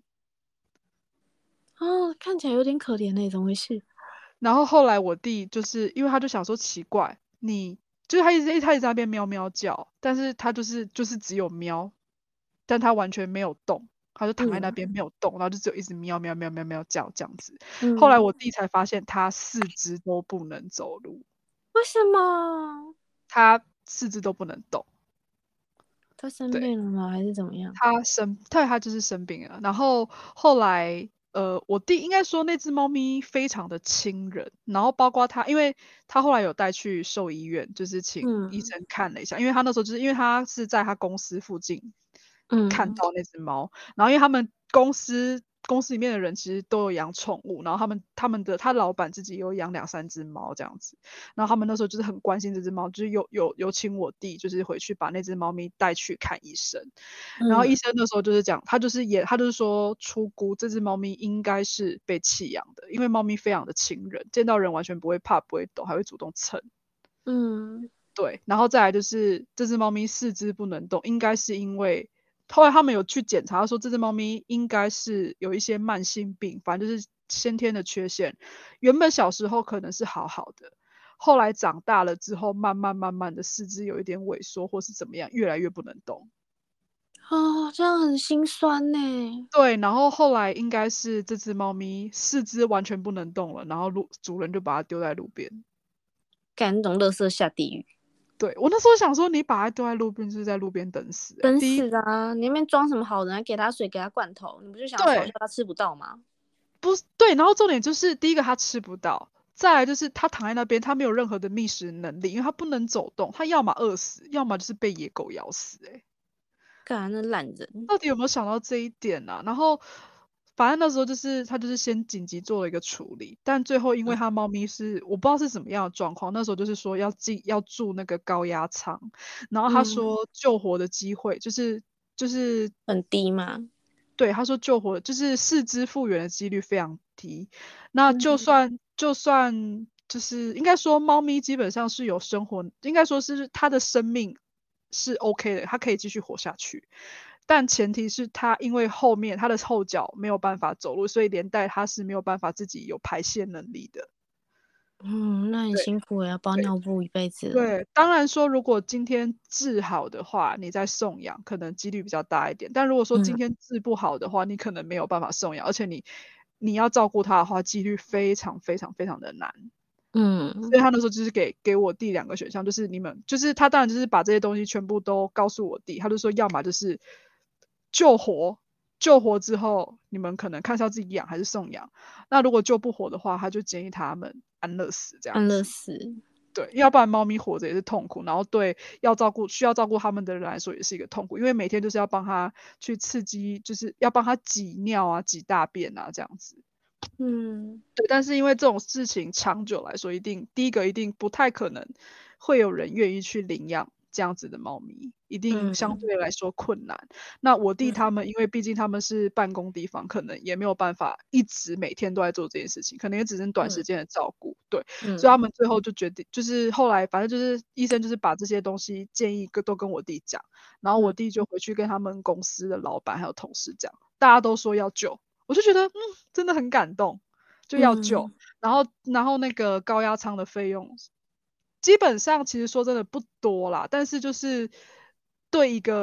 哦，看起来有点可怜呢，怎么回事？ 然后后来我弟就是因为他就想说奇怪，就是他一直在那边喵喵叫，但是他就是只有喵，但他完全没有动，他就躺在那边没有动，然后就只有一直喵喵喵喵喵叫这样子。后来我弟才发现他四肢都不能走路。 为什么？ 他四肢都不能动。 他生病了吗？还是怎么样？ 他就是生病了。然后后来我弟应该说那只猫咪非常的亲人，然后包括他，因为他后来有带去兽医院，就是请医生看了一下，因为他那时候就是因为他是在他公司附近看到那只猫，然后因为他们公司里面的人其实都有养宠物，然后他老板自己有养2-3只猫这样子，然后他们那时候就是很关心这只猫，就是有请我弟就是回去把那只猫咪带去看医生，然后医生那时候就是讲，他就是说初估这只猫咪应该是被弃养的，因为猫咪非常的亲人，见到人完全不会怕不会抖，还会主动蹭。对，然后再来就是这只猫咪四肢不能动，应该是因为后来他们有去检查说这只猫咪应该是有一些慢性病，反正就是先天的缺陷。原本小时候可能是好好的，后来长大了之后，慢慢的四肢有一点萎缩或是怎么样，越来越不能动。 哦，这样很心酸呢。 对，然后后来应该是这只猫咪四肢完全不能动了，然后主人就把它丢在路边。 干那种垃圾下地狱。 对，我那时候想说，你把它丢在路边，就是在路边等死。 等死啊！你那边装什么好人？还给他水，给他罐头，你不就想要嘲笑他吃不到吗？ 不是，对，然后重点就是第一个他吃不到，再来就是他躺在那边，他没有任何的觅食能力，因为他不能走动，他要么饿死，要么就是被野狗咬死。 干那烂人， 到底有没有想到这一点啊？然后反正那时候就是他就是先紧急做了一个处理，但最后因为他猫咪是我不知道是什么样的状况，那时候就是说要住那个高压舱，然后他说救活的机会就是很低嘛。 对，他说救活就是四肢复原的几率非常低。那就算就是应该说猫咪基本上是有生活，应该说是它的生命是 OK 的，它可以继续活下去。但前提是它因为后面它的后脚没有办法走路，所以连带它是没有办法自己有排泄能力的。 那很辛苦要包尿布一辈子。 对，当然说如果今天治好的话，你再送养可能几率比较大一点。但如果说今天治不好的话，你可能没有办法送养，而且你要照顾它的话，几率非常非常非常的难。所以他那时候就是给我弟2个选项，就是就是他当然就是把这些东西全部都告诉我弟，他就说要么就是救活之后，你们可能看是要自己养还是送养。那如果救不活的话，他就建议他们安乐死这样子。 安乐死。 对，要不然猫咪活着也是痛苦，然后对需要照顾他们的人来说也是一个痛苦，因为每天就是要帮他去刺激，就是要帮他挤尿啊、挤大便啊这样子。对，但是因为这种事情长久来说，第一个一定不太可能会有人愿意去领养这样子的猫咪，一定相对来说困难。那我弟他们，因为毕竟他们是办公地方，可能也没有办法一直每天都在做这件事情，可能也只是短时间的照顾。对，所以他们最后就决定，就是后来反正就是医生就是把这些东西建议都跟我弟讲，然后我弟就回去跟他们公司的老板还有同事讲，大家都说要救。我就觉得真的很感动，就要救。然后那个高压舱的费用，基本上其实说真的不多啦，但是就是对一个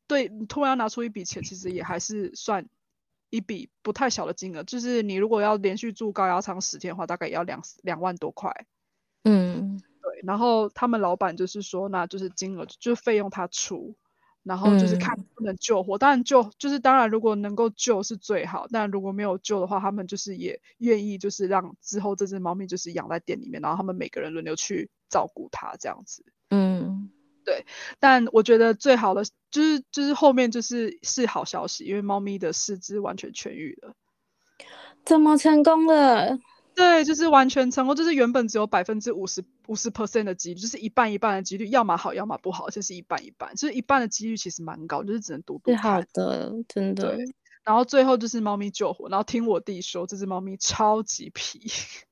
对你突然要拿出一笔钱，其实也还是算一笔不太小的金额。就是你如果要连续住高压舱10天的话，大概也要2万多块。对，然后他们老板就是说，那就是金额就是费用他出，然后就是看能不能救活。当然当然如果能够救是最好，但如果没有救的话，他们就是也愿意就是让之后这只猫咪就是养在店里面，然后他们每个人轮流去照顾它这样子。对，但我觉得最好的就是后面是好消息，因为猫咪的四肢完全痊愈了。 怎么成功了？ 对，就是完全成功，就是原本只有50% 的几率，就是一半一半的几率，要么好，要么不好，而且是一半一半，就是一半的几率其实蛮高，就是只能赌是看。 好的，真的。 对，然后最后就是猫咪救活，然后听我弟说，这只猫咪超级皮。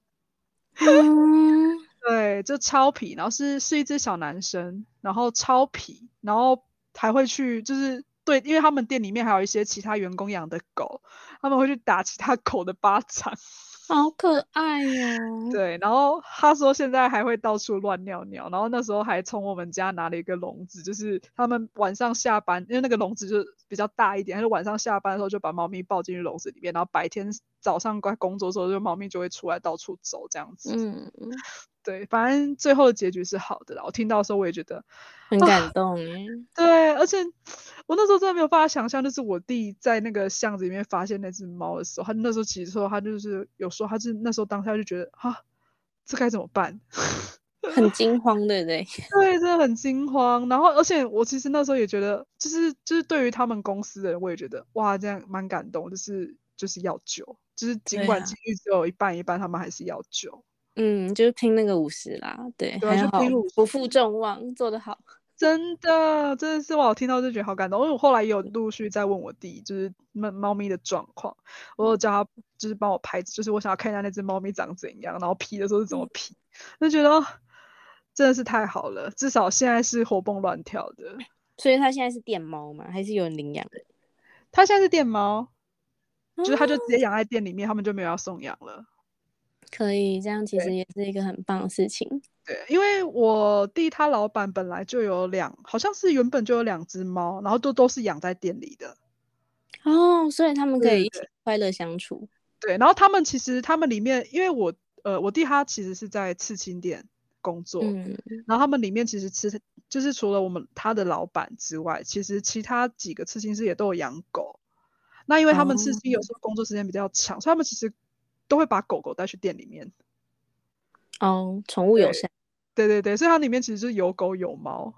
对，就超皮，然后是一只小男生，然后超皮，然后还会去就是对，因为他们店里面还有一些其他员工养的狗，他们会去打其他狗的巴掌。 好可爱哟。 对，然后他说现在还会到处乱尿尿，然后那时候还从我们家拿了一个笼子，就是他们晚上下班，因为那个笼子就比较大一点，他就晚上下班的时候就把猫咪抱进去笼子里面，然后白天早上该工作的时候，就猫咪就会出来到处走这样子。对，反正最后的结局是好的啦。我听到的时候我也觉得很感动耶。 对，而且我那时候真的没有办法想象，就是我弟在那个巷子里面发现那只猫的时候，他那时候其实说他就是有说，他是那时候当下就觉得这该怎么办？ 很惊慌，对不对？ 对，真的很惊慌。然后，而且我其实那时候也觉得，就是对于他们公司的人，我也觉得哇，这样蛮感动，就是要救，就是尽管几率只有一半一半，他们还是要救。 就是拼那个50啦，对， 对， 还好就拼50， 不负众望，做得好。 真的是我听到就觉得好感动，因为我后来也有陆续在问我弟，就是猫咪的状况，我有叫他就是帮我拍，就是我想要看一下那只猫咪长怎样，然后皮的时候是怎么皮，就觉得真的是太好了，至少现在是活蹦乱跳的。 所以他现在是电猫吗？还是有人领养的？ 他现在是电猫，就是他就直接养在店里面，他们就没有要送养了。 可以，这样其实也是一个很棒的事情。 对，因为我弟他老板本来就有好像是原本就有2只猫，然后都是养在店里的。 所以他们可以一起快乐相处。 对，然后他们里面，因为我弟他其实是在刺青店工作，然后他们里面其实就是除了他的老板之外，其实其他几个刺青师也都有养狗。那因为他们刺青有时候工作时间比较长，所以他们其实都会把狗狗带去店里面。 宠物友善。 对，所以它里面其实就是有狗有猫。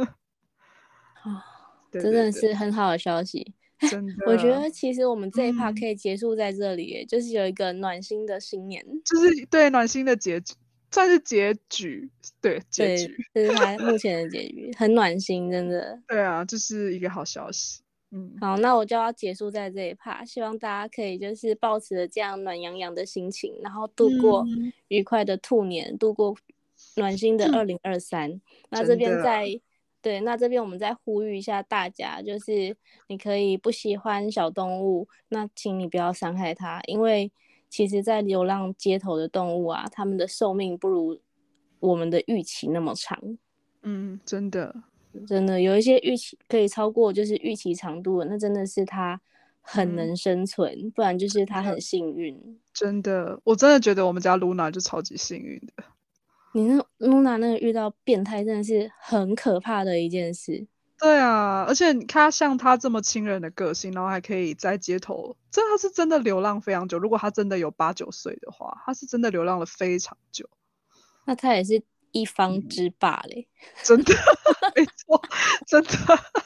真的是很好的消息。 真的， 我觉得其实我们这一 part 可以结束在这里耶，就是有一个暖心的新年， 就是对暖心的结局，算是结局，对结局， 这是他目前的结局，很暖心，真的。 对啊，这是一个好消息。 好，那我就要结束在这一 part，希望大家可以就是抱持着这样暖洋洋的心情，然后度过愉快的兔年，度过暖心的2023。那这边那这边我们再呼吁一下大家，就是你可以不喜欢小动物，那请你不要伤害它，因为其实在流浪街头的动物啊，它们的寿命不如我们的预期那么长。真的有一些预期可以超过就是预期长度的，那真的是它很能生存，不然就是它很幸运。 真的，我真的觉得我们家露娜就超级幸运的。 你那露娜那个遇到变态真的是很可怕的一件事。 对啊，而且你看像他这么亲人的个性，然后还可以在街头，他是真的流浪非常久。如果他真的有8、9岁的话，他是真的流浪了非常久。 那他也是一方之霸嘞。 真的，没错，真的，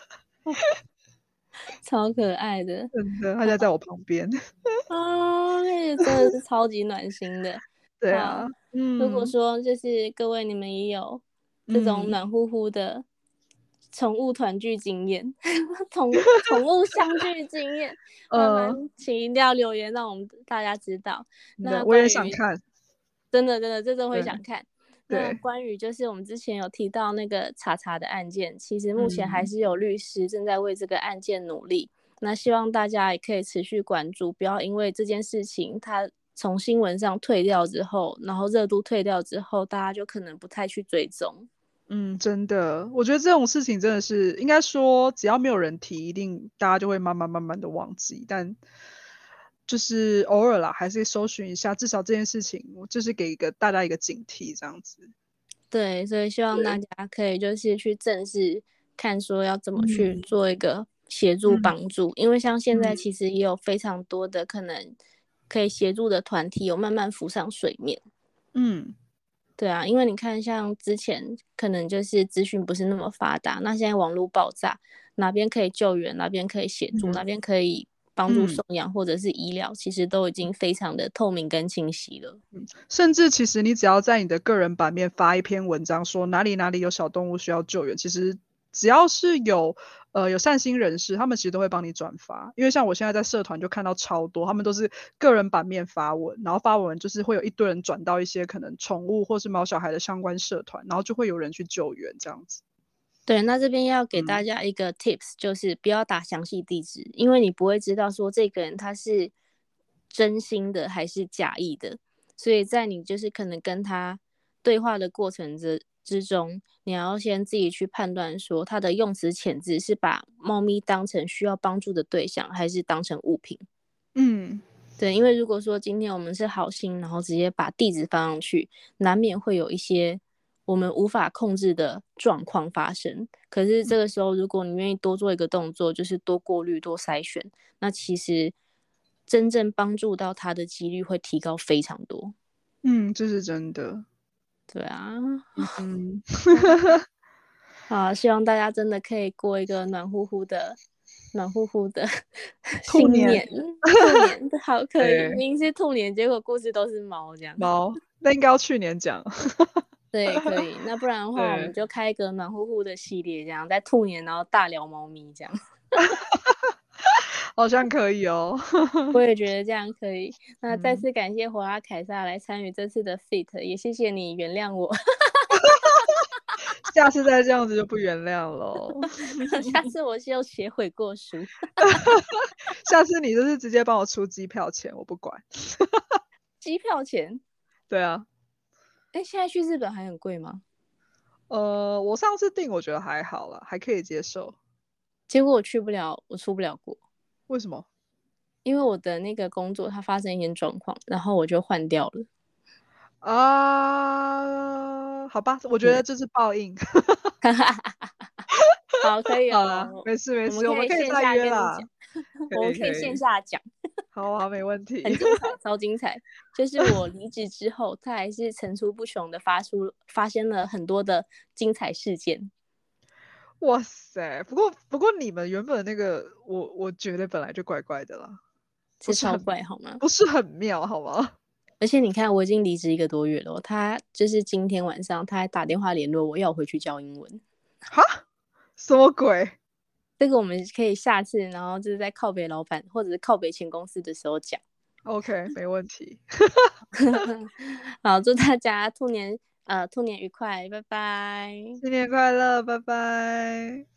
超可爱的。 真的，他家在我旁边。 真的是超级暖心的。 对啊， 如果说就是各位你们也有这种暖乎乎的宠物团聚经验，宠物相聚经验，请一定要留言让我们大家知道。那我也想看， 真的真的会想看。 那关于就是我们之前有提到那个查查的案件，其实目前还是有律师正在为这个案件努力。那希望大家也可以持续关注，不要因为这件事情它从新闻上退掉之后，然后热度退掉之后，大家就可能不太去追踪。 真的，我觉得这种事情真的是应该说，只要没有人提，一定大家就会慢慢的忘记。但就是偶尔啦，还是搜寻一下，至少这件事情，就是给大家一个警惕，这样子。 对，所以希望大家可以就是去正视，看说要怎么去做一个协助帮助，因为像现在其实也有非常多的可能可以协助的团体有慢慢浮上水面。对啊，因为你看像之前可能就是资讯不是那么发达，那现在网络爆炸，哪边可以救援，哪边可以协助，哪边可以帮助送养或者是医疗，其实都已经非常的透明跟清晰了。 甚至其实你只要在你的个人版面发一篇文章，说哪里有小动物需要救援，其实只要是有善心人士，他们其实都会帮你转发。因为像我现在在社团就看到超多，他们都是个人版面发文，然后发文就是会有一堆人转到一些可能宠物或是毛小孩的相关社团，然后就会有人去救援这样子。 对，那这边要给大家一个 tips，就是不要打详细地址，因为你不会知道说这个人他是真心的还是假意的，所以在你就是可能跟他对话的过程之中，你要先自己去判断说他的用词遣字是把猫咪当成需要帮助的对象，还是当成物品。对，因为如果说今天我们是好心，然后直接把地址放上去，难免会有一些我们无法控制的状况发生。可是这个时候，如果你愿意多做一个动作，就是多过滤、多筛选，那其实真正帮助到他的几率会提高非常多。 这是真的。 对啊。好，希望大家真的可以过一个暖乎乎的新年。兔年好可以，明明是兔年，结果故事都是猫这样。 猫，那应该要去年讲。 对，可以。那不然的话，我们就开一个暖乎乎的系列，这样在兔年然后大聊猫咪这样。 好像可以哦。 我也觉得这样可以。那再次感谢火拉凯撒来参与这次的 fit， 也谢谢你原谅我。 下次再这样子就不原谅了。 下次我是有写悔过书。 下次你就是直接帮我出机票钱，我不管。 机票钱？ 对啊。 现在去日本还很贵吗？ 我上次订我觉得还好啦，还可以接受。 结果我去不了，我出不了国。 为什么？ 因为我的那个工作它发生一些状况，然后我就换掉了。 好吧，我觉得这是报应。 好，可以哦。 没事，我们可以再约啦。 我们可以线下讲。 好，没问题。 很精彩，超精彩。就是我离职之后，它还是层出不穷的发生了很多的精彩事件。 哇塞！不过你们原本那个，我觉得本来就怪怪的啦， 是超怪好吗？ 不是很妙好吗？ 而且你看，我已经离职1个多月了，他就是今天晚上他还打电话联络我，要我回去教英文。 哈？什么鬼？ 这个我们可以下次，然后就是在靠北老板或者是靠北前公司的时候讲。 OK， 没问题。 好，祝大家兔年愉快，拜拜！ 新年快乐，拜拜。